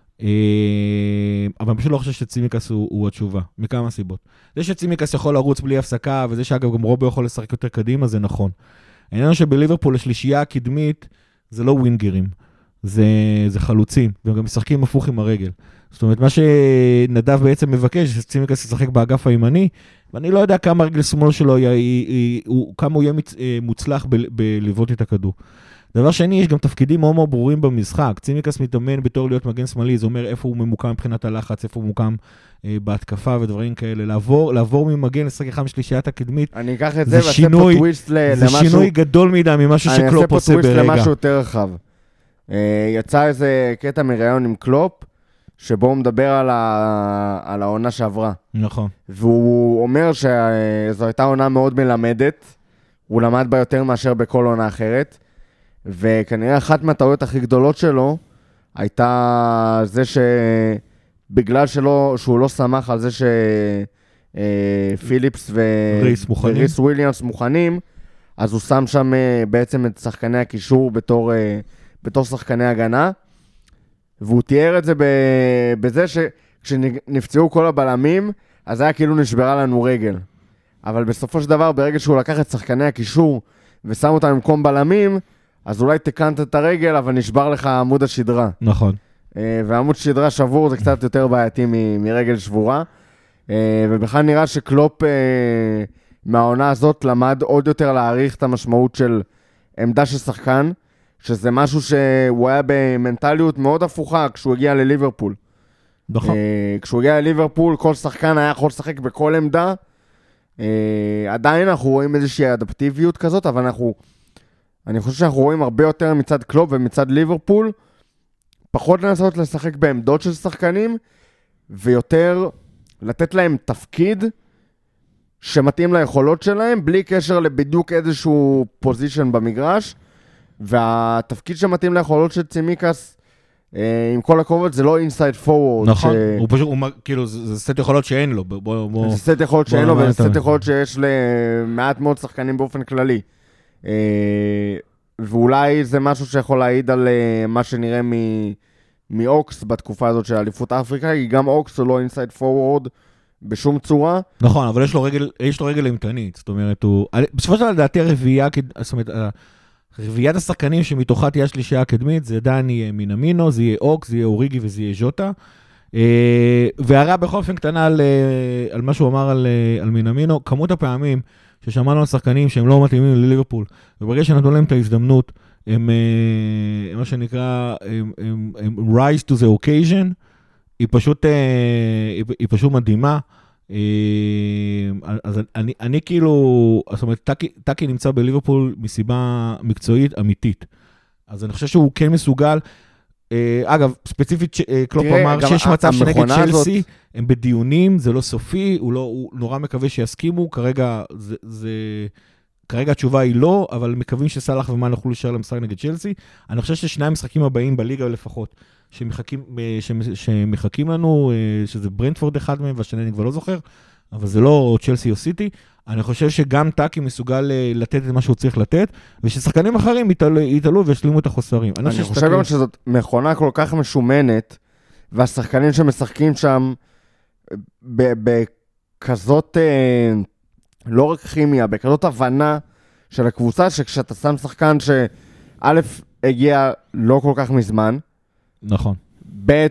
אבל אני פשוט לא חושב שצימקס הוא, הוא התשובה, מכמה סיבות. זה שצימקס יכול לרוץ בלי הפסקה, וזה שאגב גם רובו יכול לשחק יותר קדימה, זה נכון. העניין שבליברפול השלישייה הקדמית, זה לא ווינגרים, זה, זה חלוצים, והם גם משחקים הפוך עם הרגל. זאת אומרת, מה שנדב בעצם מבקש, שצימקס ישחק באגף הימני, ואני לא יודע כמה רגל שמאל שלו, היא, היא, היא, הוא, כמה הוא יהיה מוצלח בלבנות את הכדור. דבר שני, יש גם תפקידים מאוד מאוד ברורים במשחק. צימקס מתאמן בתור להיות מגן שמאלי, זה אומר איפה הוא ממוקם מבחינת הלחץ, איפה הוא ממוקם אה, בהתקפה ודברים כאלה. לעבור, לעבור ממגן לשחק אחד משלישיית הקדמית, אני אקח את זה ועשה פה טוויסט ל- זה למשהו... שינוי גדול מדי ממשהו שקלופ עושה ברגע. אני אעשה פה טוויסט למשהו יותר רחב. אה, יצא איזה קטע מראיון עם קלופ, שבו הוא מדבר על, ה... על העונה שעברה. נכון. והוא אומר שזו הייתה עונה מאוד מלמדת, הוא למד בה יותר מאשר בכל עונה אחרת, וכנראה אחת מהטעויות הכי גדולות שלו, הייתה זה שבגלל שלא, שהוא לא שמח על זה שפיליפס ו... וריס וויליאמס מוכנים, אז הוא שם שם בעצם את שחקני הקישור בתור, בתור שחקני הגנה, והוא תיאר את זה בזה שכשנפצעו כל הבלמים, אז היה כאילו נשברה לנו רגל. אבל בסופו של דבר, ברגע שהוא לקח את שחקני הקישור ושם אותם במקום בלמים, אז אולי תקנת את הרגל, אבל נשבר לך עמוד השדרה. נכון. ועמוד שדרה שבור זה קצת יותר בעייתי מ- מרגל שבורה. ובכלל נראה שקלופ מהעונה הזאת למד עוד יותר להעריך את המשמעות של עמדה של שחקן, שזה משהו שהוא היה במנטליות מאוד הפוכה כשהוא הגיע לליברפול. נכון. כשהוא הגיע לליברפול, כל שחקן היה יכול לשחק בכל עמדה. עדיין אנחנו רואים איזושהי אדפטיביות כזאת, אבל אנחנו... אני חושב שאנחנו רואים הרבה יותר מצד קלופ ומצד ליברפול, פחות לנסות לשחק בעמדות של שחקנים, ויותר לתת להם תפקיד שמתאים ליכולות שלהם, בלי קשר לבדיוק איזשהו פוזישן במגרש, והתפקיד שמתאים ליכולות של צימקס, עם כל הכובד, זה לא אינסייד פורוורד. נכון, ש... הוא פשוט, הוא, כאילו, זה סט יכולות שאין לו. בוא, בוא... זה סט יכולות שאין לו, וזה סט יכולות שיש למעט מאוד שחקנים באופן כללי. ואולי זה משהו שיכול להעיד על מה שנראה מאוקס בתקופה הזאת של אליפות אפריקה, כי גם אוקס הוא לא אינסייד פורוורד בשום צורה. נכון, אבל יש לו רגל, יש לו רגל אימתנית, זאת אומרת, הוא, בסופו של דבר לדעתי הרביעייה, זאת אומרת, רביעיית השחקנים שמתוכה תהיה השלישייה הקדמית, זה עדיין יהיה מינמינו, זה יהיה אוקס, זה יהיה אוריגי וזה יהיה ז'וטה. והרע בכל אופן קטנה על, על מה שהוא אמר על, על מינמינו, כמות הפעמים ששמענו על שחקנים שהם לא מתאימים לליברפול, וברגע שנתנו להם את ההזדמנות, הם, מה שנקרא, הם, הם, הם rise to the occasion, היא פשוט, היא, היא פשוט מדהימה. אז אני, אני כאילו, זאת אומרת, טאקי, טאקי נמצא בליברפול מסיבה מקצועית אמיתית. אז אני חושב שהוא כן מסוגל, אגב, ספציפית קלופ אמר שיש מצב שנגד צ'לסי, הם בדיונים, זה לא סופי, הוא, לא, הוא נורא מקווה שיסכימו, כרגע, זה, זה, כרגע התשובה היא לא, אבל מקווים שסלח ומה נוכל להישאר למשחק נגד צ'לסי. אני חושב ששני המשחקים הבאים בליגה לפחות, שמחכים, שמחכים לנו, שזה ברנטפורד אחד מהם, והשני אני כבר לא זוכר, אבל זה לא צ'לסי או סיטי. אני חושב שגם טאקי מסוגל לתת את מה שהוא צריך לתת, וששחקנים אחרים יתעלו וישלימו את החוסרים. אני, אני חושב גם שזאת מכונה כל כך משומנת, והשחקנים שמשחקים שם בכזאת, לא רק כימיה, בכזאת הבנה של הקבוצה, שכשאתה שם שחקן שא' הגיע לא כל כך מזמן, נכון. ב'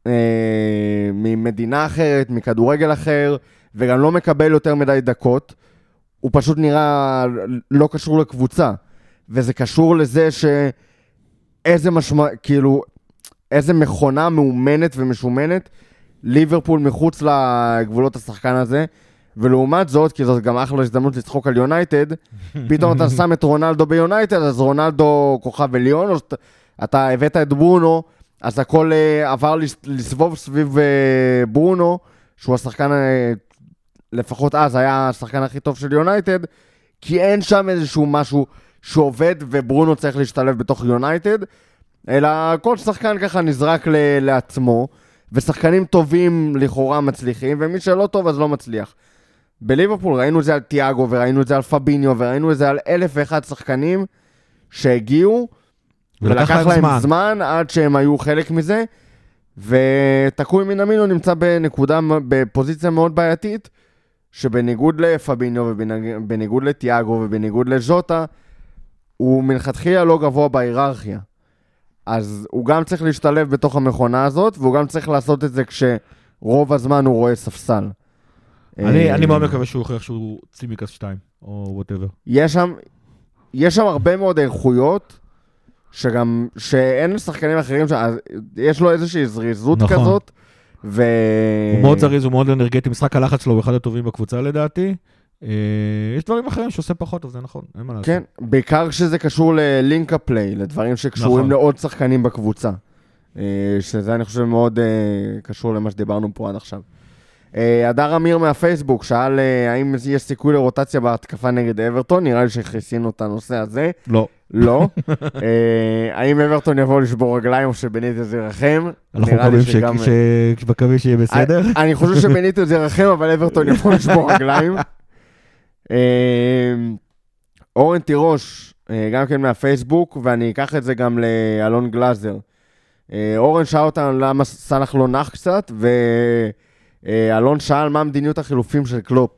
ממדינה אחרת, מכדורגל אחר, וגם לא מקבל יותר מדי דקות, הוא פשוט נראה לא קשור לקבוצה, וזה קשור לזה שאיזה משמע, כאילו, איזה מכונה מאומנת ומשומנת, ליברפול מחוץ לגבולות השחקן הזה, ולעומת זאת, כי זאת גם אחלה הזדמנות לצחוק על יונייטד, פתאום אתה שם את רונלדו ביונייטד, אז רונלדו כוכב עליון, או אתה הבאת את ברונו, אז הכל עבר לסבוב סביב ברונו, שהוא השחקן, לפחות אז היה השחקן הכי טוב של יונייטד, כי אין שם איזשהו משהו שעובד וברונו צריך להשתלב בתוך יונייטד, אלא כל שחקן ככה נזרק ל- לעצמו, ושחקנים טובים לכאורה מצליחים, ומי שלא טוב אז לא מצליח. בליברפול ראינו את זה על תיאגו, וראינו את זה על פביניו, וראינו את זה על אלף ואחד שחקנים שהגיעו, ולקח להם זמן. זמן עד שהם היו חלק מזה, ותקוי מינמינו נמצא בנקודה, בפוזיציה מאוד בעייתית, שבניגוד לפביניו, ובניגוד לתיאגו, ובניגוד לז'וטה, הוא מלכתחילה לא גבוה בהיררכיה. אז הוא גם צריך להשתלב בתוך המכונה הזאת, והוא גם צריך לעשות את זה כשרוב הזמן הוא רואה ספסל. אני, אני מאוד מקווה שהוא הוכיח שהוא צימקס שתיים, או whatever. יש שם, יש שם הרבה מאוד איכויות, שגם, שאין שחקנים אחרים, יש לו איזושהי זריזות נכון. כזאת, ו... הוא מאוד זריז, הוא מאוד אנרגטי, משחק הלחץ שלו הוא אחד הטובים בקבוצה לדעתי. יש דברים אחרים שעושה פחות, אז זה נכון, אין מה לעשות. כן, בעיקר כשזה קשור ללינק הפליי, לדברים שקשורים נכון. לעוד שחקנים בקבוצה. שזה אני חושב מאוד קשור למה שדיברנו פה עד עכשיו. הדר אמיר מהפייסבוק שאל האם יש סיכוי לרוטציה בהתקפה נגד אברטון, נראה לי שחיסינו את הנושא הזה. לא. לא. האם אברטון יבוא לשבור רגליים או שבניטז ירחם? אנחנו מקווים שיהיה בסדר. אני חושב שבניטז ירחם, אבל אברטון יבוא לשבור רגליים. אורן תירוש, גם כן מהפייסבוק, ואני אקח את זה גם לאלון גלאזר. אורן שאל אותנו למה סלח לא נח קצת, ואלון שאל מה מדיניות החילופים של קלופ.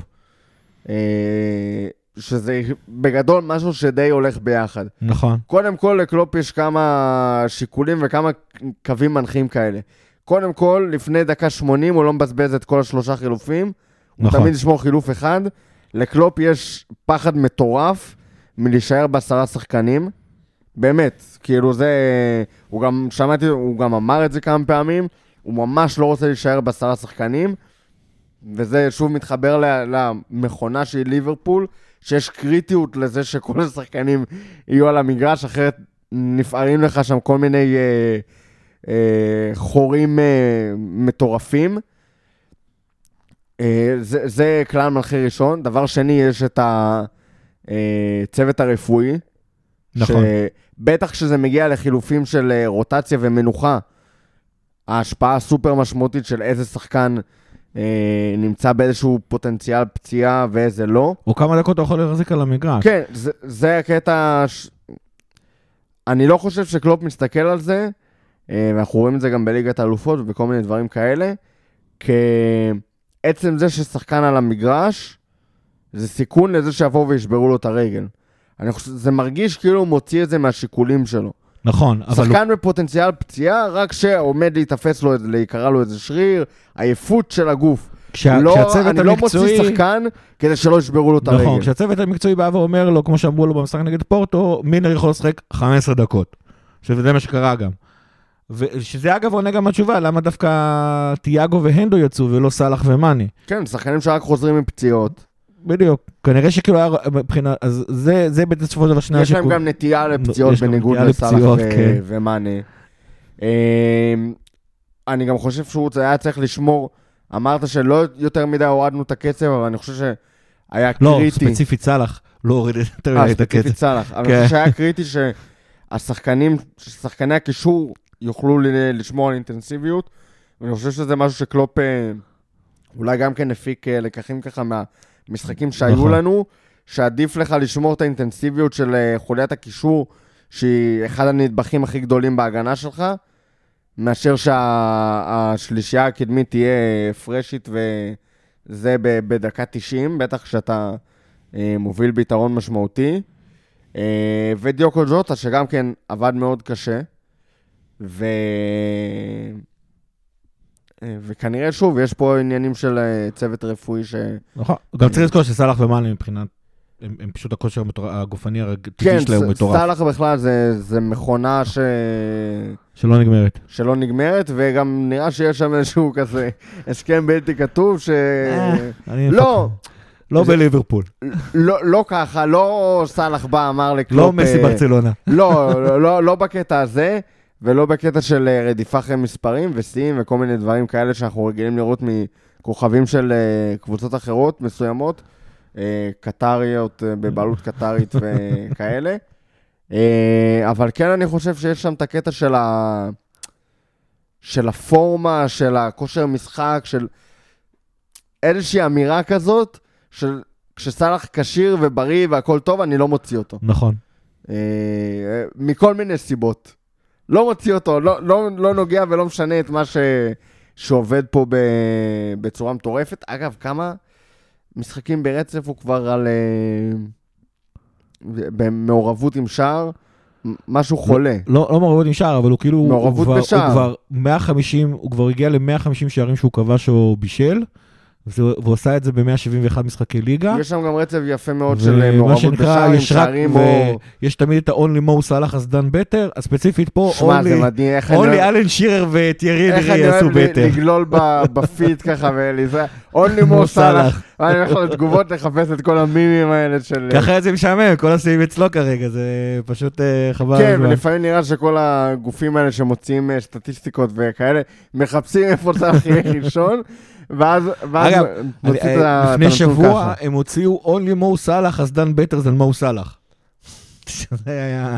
שזה בגדול משהו שדי הולך ביחד. נכון. קודם כל לקלופ יש כמה שיקולים וכמה קווים מנחים כאלה. קודם כל, לפני דקה שמונים הוא לא מבזבז את כל השלושה חילופים, נכון. הוא תמיד ישמור חילוף אחד. לקלופ יש פחד מטורף מלהישאר בעשרה שחקנים. באמת, כאילו זה, הוא גם, שמעתי, הוא גם אמר את זה כמה פעמים, הוא ממש לא רוצה להישאר בעשרה שחקנים, וזה שוב מתחבר למכונה של ליברפול, שיש קריטיות לזה שכל השחקנים יהיו על המגרש, אחרת נפערים לך שם כל מיני אה, אה, חורים אה, מטורפים. אה, זה, זה כלל מלכי ראשון. דבר שני, יש את הצוות הרפואי, נכון. שבטח כשזה מגיע לחילופים של רוטציה ומנוחה, ההשפעה הסופר משמעותית של איזה שחקן אה, נמצא באיזשהו פוטנציאל פציעה ואיזה לא. או כמה דקות אתה יכול להחזיק על המגרש. כן, זה, זה הקטע... ש... אני לא חושב שקלופ מסתכל על זה, אה, ואנחנו רואים את זה גם בליגת האלופות ובכל מיני דברים כאלה, כעצם זה ששחקן על המגרש, זה סיכון לזה שיבואו וישברו לו את הרגל. אני חושב, זה מרגיש כאילו הוא מוציא את זה מהשיקולים שלו. נכון, אבל... שחקן בפוטנציאל פציעה, רק שעומד להתאפס לו, להיקרא לו איזה שריר, עייפות של הגוף. כשה, לא, כשהצוות אני המקצועי... לא מוציא שחקן כדי שלא ישברו לו את הרגל. נכון, כשהצוות המקצועי בא ואומר לו, כמו שאמרו לו במשחק נגד פורטו, מינר יכול לשחק חמש עשרה דקות. שזה מה שקרה גם. ושזה אגב עונה גם התשובה, למה דווקא תיאגו והנדו יצאו ולא סלח ומאני. כן, שחקנים שרק חוזרים מפציעות. בדיוק, כנראה שכאילו היה מבחינה, אז זה, זה בסופו של דבר שני השיקול. יש להם גם נטייה לפציעות בניגוד לסלח ומאני. אני גם חושב שהוא היה צריך לשמור, אמרת שלא יותר מדי הורדנו את הקצב, אבל אני חושב שהיה קריטי. לא, ספציפית סלח, לא הוריד יותר מדי את הקצב. ספציפית סלח, אבל אני חושב שהיה קריטי שהשחקנים, שחקני הקישור יוכלו לשמור על אינטנסיביות, ואני חושב שזה משהו שקלופ אולי גם כן הפיק לקחים ככה מה... משחקים שהיו לנו, שעדיף לך לשמור את האינטנסיביות של חוליית הקישור, שהיא אחד הנדבכים הכי גדולים בהגנה שלך, מאשר שהשלישייה הקדמית תהיה פרשית, וזה בדקה תשעים, בטח כשאתה מוביל ביתרון משמעותי. ודיוקו ג'וטה, שגם כן עבד מאוד קשה, ו... וכנראה שוב, יש פה עניינים של צוות רפואי ש... נכון, גם צריך לזכור שסלח ומאני מבחינת, הם, הם פשוט הכושר הגופני הטבעי שלהם מטורף. כן, סלח בכלל זה, זה מכונה ש... שלא נגמרת. שלא נגמרת, וגם נראה שיש שם איזשהו כזה הסכם בלתי כתוב ש... לא! לא בליברפול. לא ככה, לא סלח בא, אמר לקלופ... לא מסי ברצלונה. לא, לא בקטע הזה. ולא בקטע של רדיפה אחרי מספרים ושיאים וכל מיני דברים כאלה שאנחנו רגילים לראות מכוכבים של קבוצות אחרות מסוימות, קטריות, בבעלות קטרית וכאלה. אבל כן, אני חושב שיש שם את הקטע של ה... של הפורמה, של הכושר משחק, של איזושהי אמירה כזאת, של כשסלח קשיר ובריא והכל טוב, אני לא מוציא אותו. נכון. מכל מיני סיבות. לא מוציא אותו, לא, לא, לא נוגע ולא משנה את מה ש... שעובד פה ב... בצורה מטורפת. אגב, כמה משחקים ברצף הוא כבר על... במעורבות עם שער, משהו חולה. לא, לא מעורבות עם שער, אבל הוא כאילו... מעורבות הוא כבר, בשער. הוא כבר מאה וחמישים, הוא כבר הגיע ל-מאה וחמישים שערים שהוא כבש או בישל, והוא עשה את זה ב-מאה שבעים ואחת משחקי ליגה. יש שם גם רצף יפה מאוד של מעורבות בשער עם שערים או... יש תמיד את ה-Only Mo Salah has done better, הספציפית פה, Only אלן שירר וטיירי אנרי יעשו better. איך אני אוהב לגלול בפיד ככה ולזרע, Only Mo Salah, אני הולך לתגובות לחפש את כל המימים האלה של... ככה זה משעמם, כל הסביב אצלו כרגע, זה פשוט חבל. כן, ולפעמים נראה שכל הגופים האלה שמוציאים סטטיסטיקות וכאלה, מחפשים איפה צריך ראשון, ואז, ואז אגב, מוציא את הנתון לפני שבוע ככה. הם הוציאו Only Mo Salah has done better than Mo Salah. זה היה...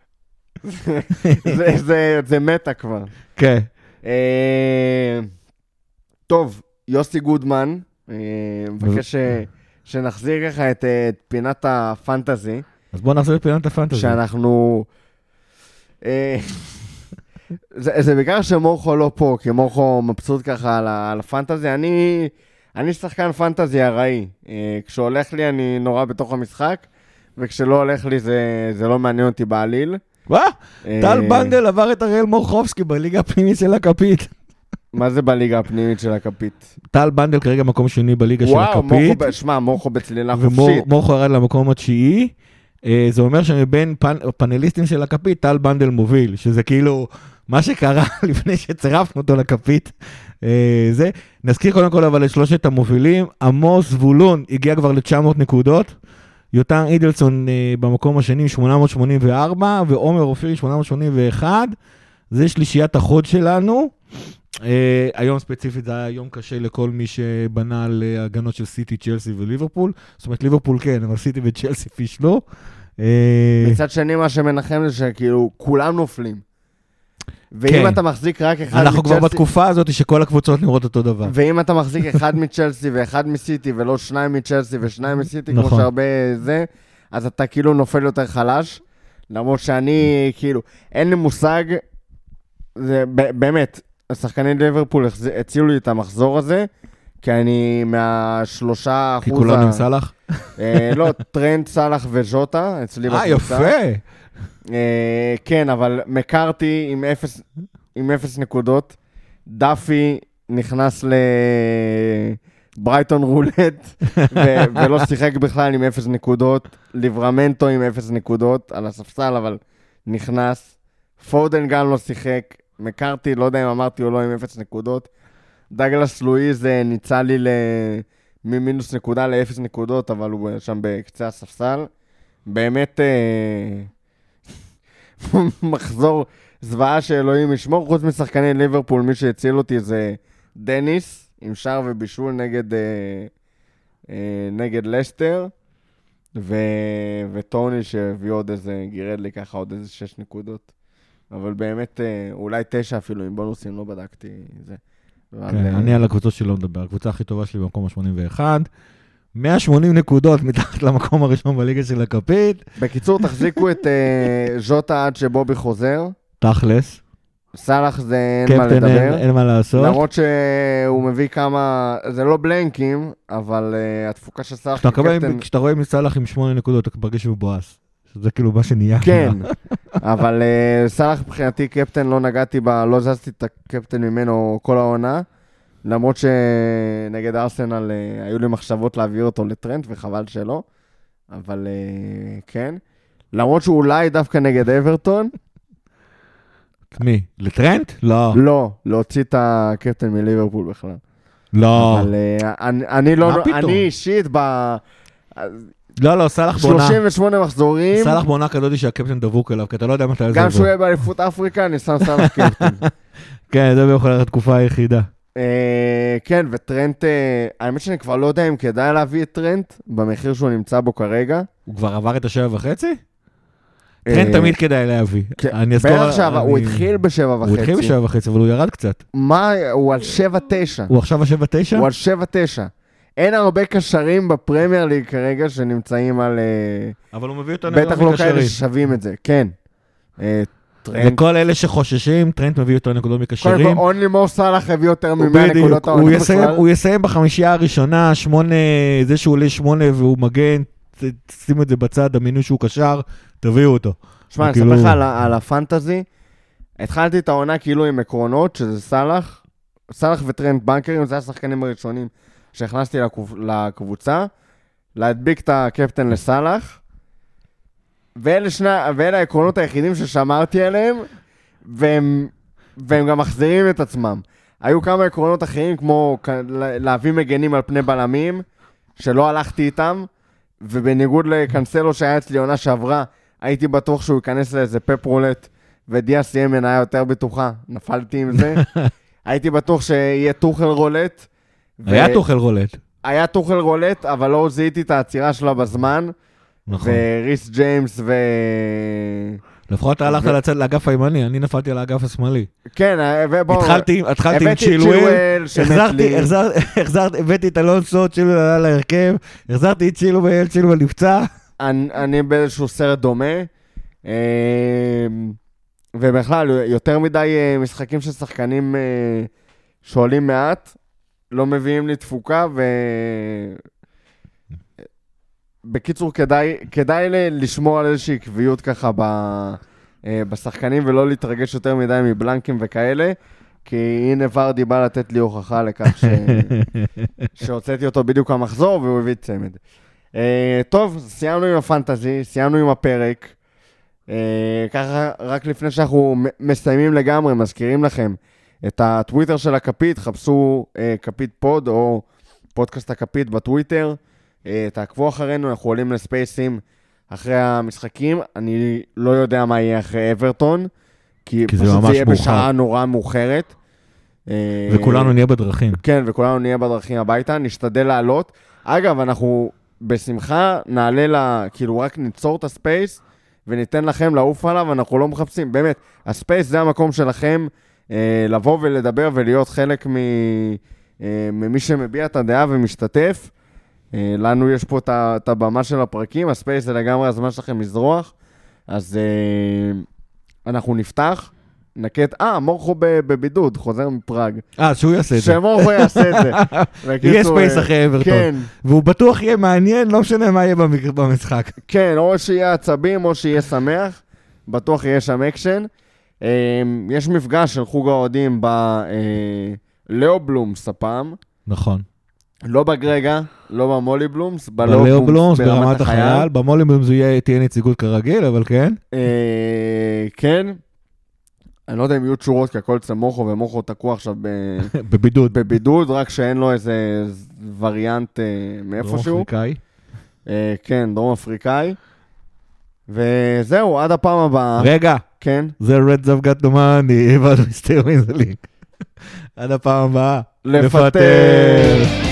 זה, זה, זה מטה כבר. כן. אה, טוב, יוסי גודמן, אה, מבקש שנחזיר ככה את, את פינת הפנטזי. אז בואו נחזיר את פינת הפנטזי. שאנחנו... אה, זה, זה בעיקר שמורכו לא פה, כי מורכו מבסוט ככה על, על הפנטזי. אני, אני שחקן פנטזי הראי. אה, כשהולך לי אני נורא בתוך המשחק, וכשלא הולך לי זה, זה לא מעניין אותי בעליל. מה? טל בנדל עבר את אריאל מורחובסקי בליגה הפנימית של הכפית. מה זה בליגה הפנימית של הכפית? טל בנדל כרגע מקום שני בליגה של הכפית. וואו, שמע, מורכו בצלילה חופשית. ומורכו ירד למקום התשיעי. זה אומר שמבין פאנליסטים של הכפית, טל בנדל מוביל, שזה כאילו מה שקרה לפני שצירפנו אותו לכפית. זה, נזכיר קודם כל אבל את שלושת המובילים, עמוס זבולון הגיע כבר ל-תשע מאות נקודות, יותם אידלסון במקום השני שמונה מאות שמונים וארבע, ועומר אופיר שמונה מאות שמונים ואחת, זה שלישיית החוד שלנו. היום ספציפית זה היה יום קשה לכל מי שבנה על הגנות של סיטי, צ'לסי וליברפול, זאת אומרת ליברפול כן, אבל סיטי וצ'לסי פיש לא. מצד שני מה שמנחם זה שכאילו כולם נופלים. ואם אתה מחזיק רק אחד מצ'לסי... אנחנו כבר בתקופה הזאת שכל הקבוצות נראות אותו דבר. ואם אתה מחזיק אחד מצ'לסי ואחד מסיטי, ולא שניים מצ'לסי ושניים מסיטי, כמו שהרבה זה, אז אתה כאילו נופל יותר חלש. למרות שאני כאילו, אין לי מושג, זה באמת, השחקני ליברפול הצילו לי את המחזור הזה, כי אני מהשלושה אחוז... כי כולם עם סלח? לא, טרנט, סלח וז'וטה, אצלי בקבוצה. אה, יפה! כן, אבל מקרתי עם אפס נקודות, דאפי נכנס לברייטון רולט, ולא שיחק בכלל עם אפס נקודות, ליברמנטו עם אפס נקודות, על הספסל, אבל נכנס, פודן גם לא שיחק, מקרתי, לא יודע אם אמרתי או לא, עם אפס נקודות, דגלס לואיז ניצל לי ממינוס נקודה לאפס נקודות, אבל הוא שם בקצה הספסל, באמת... מחזור זוועה שאלוהים ישמור, חוץ משחקני ליברפול, מי שהציל אותי זה דניס, עם שער ובישול נגד, אה, אה, נגד לשטר, ו, וטוני שהביא עוד איזה, גירד לי ככה עוד איזה שש נקודות, אבל באמת אה, אולי תשע אפילו, עם בונוסים לא בדקתי זה. כן, אבל, אני אה... על הקבוצות שלי לא מדבר, הקבוצה הכי טובה שלי במקום ה-שמונים ואחת, מאה שמונים נקודות מתחת למקום הראשון בליגה של הכפית. בקיצור, תחזיקו את uh, ז'וטה עד שבובי חוזר. תכלס. סלח זה אין מה לדבר. אין, אין מה לעשות. למרות שהוא מביא כמה, זה לא בלנקים, אבל uh, התפוקה של סלח כקפטן... כשאתה רואה מסלח עם שמונה נקודות, אתה מרגיש מבואס. זה כאילו מה שנהיה. כן, אבל uh, סלח מבחינתי קפטן לא נגעתי בה, לא זזתי את הקפטן ממנו כל העונה. למרות שנגד ארסנל uh, היו לי מחשבות להעביר אותו לטרנט, וחבל שלא, אבל uh, כן. למרות שהוא אולי דווקא נגד אברטון. מי? לטרנט? לא. לא, להוציא את הקפטן מליברפול בכלל. לא. אבל uh, אני, אני לא, אני אישית, ב... לא, לא, סלח בעונה. שלושים ושמונה מחזורים. סלח בעונה כזאת שהקפטן דבוק אליו, כי אתה לא יודע מתי זה גם שהוא יהיה באליפות אפריקה, אני שם סלח קפטן. כן, זה יכול להיות התקופה היחידה. כן, וטרנט, האמת שאני כבר לא יודע אם כדאי להביא את טרנט, במחיר שהוא נמצא בו כרגע. הוא כבר עבר את השבע וחצי? טרנט תמיד כדאי להביא. בערך שבע, הוא התחיל בשבע וחצי. הוא התחיל בשבע וחצי, אבל הוא ירד קצת. מה, הוא על שבע תשע. הוא עכשיו על שבע תשע? הוא על שבע תשע. אין הרבה קשרים בפרמייר ליג כרגע שנמצאים על... אבל הוא מביא אותנו בטח לא כאלה ששווים את זה, כן. לכל אלה שחוששים, טרנט מביא יותר נקודות מקשרים. קודם כל, אונלי מור סלאח הביא יותר ממאה נקודות העונה בכלל. הוא יסיים בחמישייה הראשונה, שמונה, זה שהוא עולה שמונה והוא מגן, שימו את זה בצד, המינוי שהוא קשר, תביאו אותו. שמע, אני אספר לך על הפנטזי, התחלתי את העונה כאילו עם עקרונות, שזה סלאח, סלאח וטרנט בנקרים, זה השחקנים הראשונים שהכנסתי לקבוצה, להדביק את הקפטן לסלאח, ואלה, שני, ואלה העקרונות היחידים ששמרתי עליהם, והם, והם גם מחזירים את עצמם. היו כמה עקרונות אחרים, כמו להביא מגנים על פני בלמים, שלא הלכתי איתם, ובניגוד לקנסלו שהיה אצלי עונה שעברה, הייתי בטוח שהוא ייכנס לאיזה פפ רולט, ודיאס ימן היה יותר בטוחה, נפלתי עם זה. הייתי בטוח שיהיה טוחל רולט. היה טוחל רולט. היה טוחל רולט, אבל לא זיהיתי את העצירה שלה בזמן. נכון. וריס ג'יימס ו... לפחות הלכת לצד לאגף הימני, אני נפלתי על האגף השמאלי. כן, ובואו... התחלתי עם צ'ילואל, הבאתי את אלונסו, צ'ילואל עלה להרכב, החזרתי את צ'ילואל, צ'ילואל נפצע. אני באיזשהו סרט דומה, ובכלל, יותר מדי משחקים של שחקנים שואלים מעט, לא מביאים לי תפוקה, ו... בקיצור, כדאי, כדאי לשמור על איזושהי קביעות ככה ב, בשחקנים, ולא להתרגש יותר מדי מבלנקים וכאלה, כי הנה ורדי בא לתת לי הוכחה לכך ש... שהוצאתי אותו בדיוק המחזור, והוא הביא צמד. טוב, סיימנו עם הפנטזי, סיימנו עם הפרק. ככה, רק לפני שאנחנו מסיימים לגמרי, מזכירים לכם את הטוויטר של הקפית, חפשו קפית פוד או פודקאסט הקפית בטוויטר. תעקבו אחרינו, אנחנו עולים לספייסים אחרי המשחקים. אני לא יודע מה יהיה אחרי אברטון, כי, כי פשוט זה יהיה מאוחר. בשעה נורא מאוחרת. וכולנו נהיה בדרכים. כן, וכולנו נהיה בדרכים הביתה, נשתדל לעלות. אגב, אנחנו בשמחה נעלה לה, כאילו רק ניצור את הספייס, וניתן לכם לעוף עליו, אנחנו לא מחפשים. באמת, הספייס זה המקום שלכם לבוא ולדבר ולהיות חלק ממי שמביע את הדעה ומשתתף. לנו יש פה את הבמה של הפרקים, הספייס זה לגמרי הזמן שלכם לזרוח, אז אנחנו נפתח, נקט, אה, מורכו בבידוד, חוזר מפראג. אה, שהוא יעשה את זה. שמורכו יעשה את זה. יהיה ספייס אחרי אברטון. והוא בטוח יהיה מעניין, לא משנה מה יהיה במשחק. כן, או שיהיה עצבים, או שיהיה שמח, בטוח יהיה שם אקשן. יש מפגש של חוג האוהדים בלאו בלומס הפעם. נכון. לא בגרגה, לא במולי בלומס, בלאו בלומס ברמת החייל, במולי בלומס תהיה נציגות כרגיל, אבל כן. כן. אני לא יודע אם יהיו תשורות, כי הכל אצל מוחו, ומוחו תקוע עכשיו בבידוד. בבידוד, רק שאין לו איזה וריאנט מאיפשהו. דרום אפריקאי. כן, דרום אפריקאי. וזהו, עד הפעם הבאה. רגע. כן. זה Reds have got the money, but we still in the league. עד הפעם הבאה. לפטר.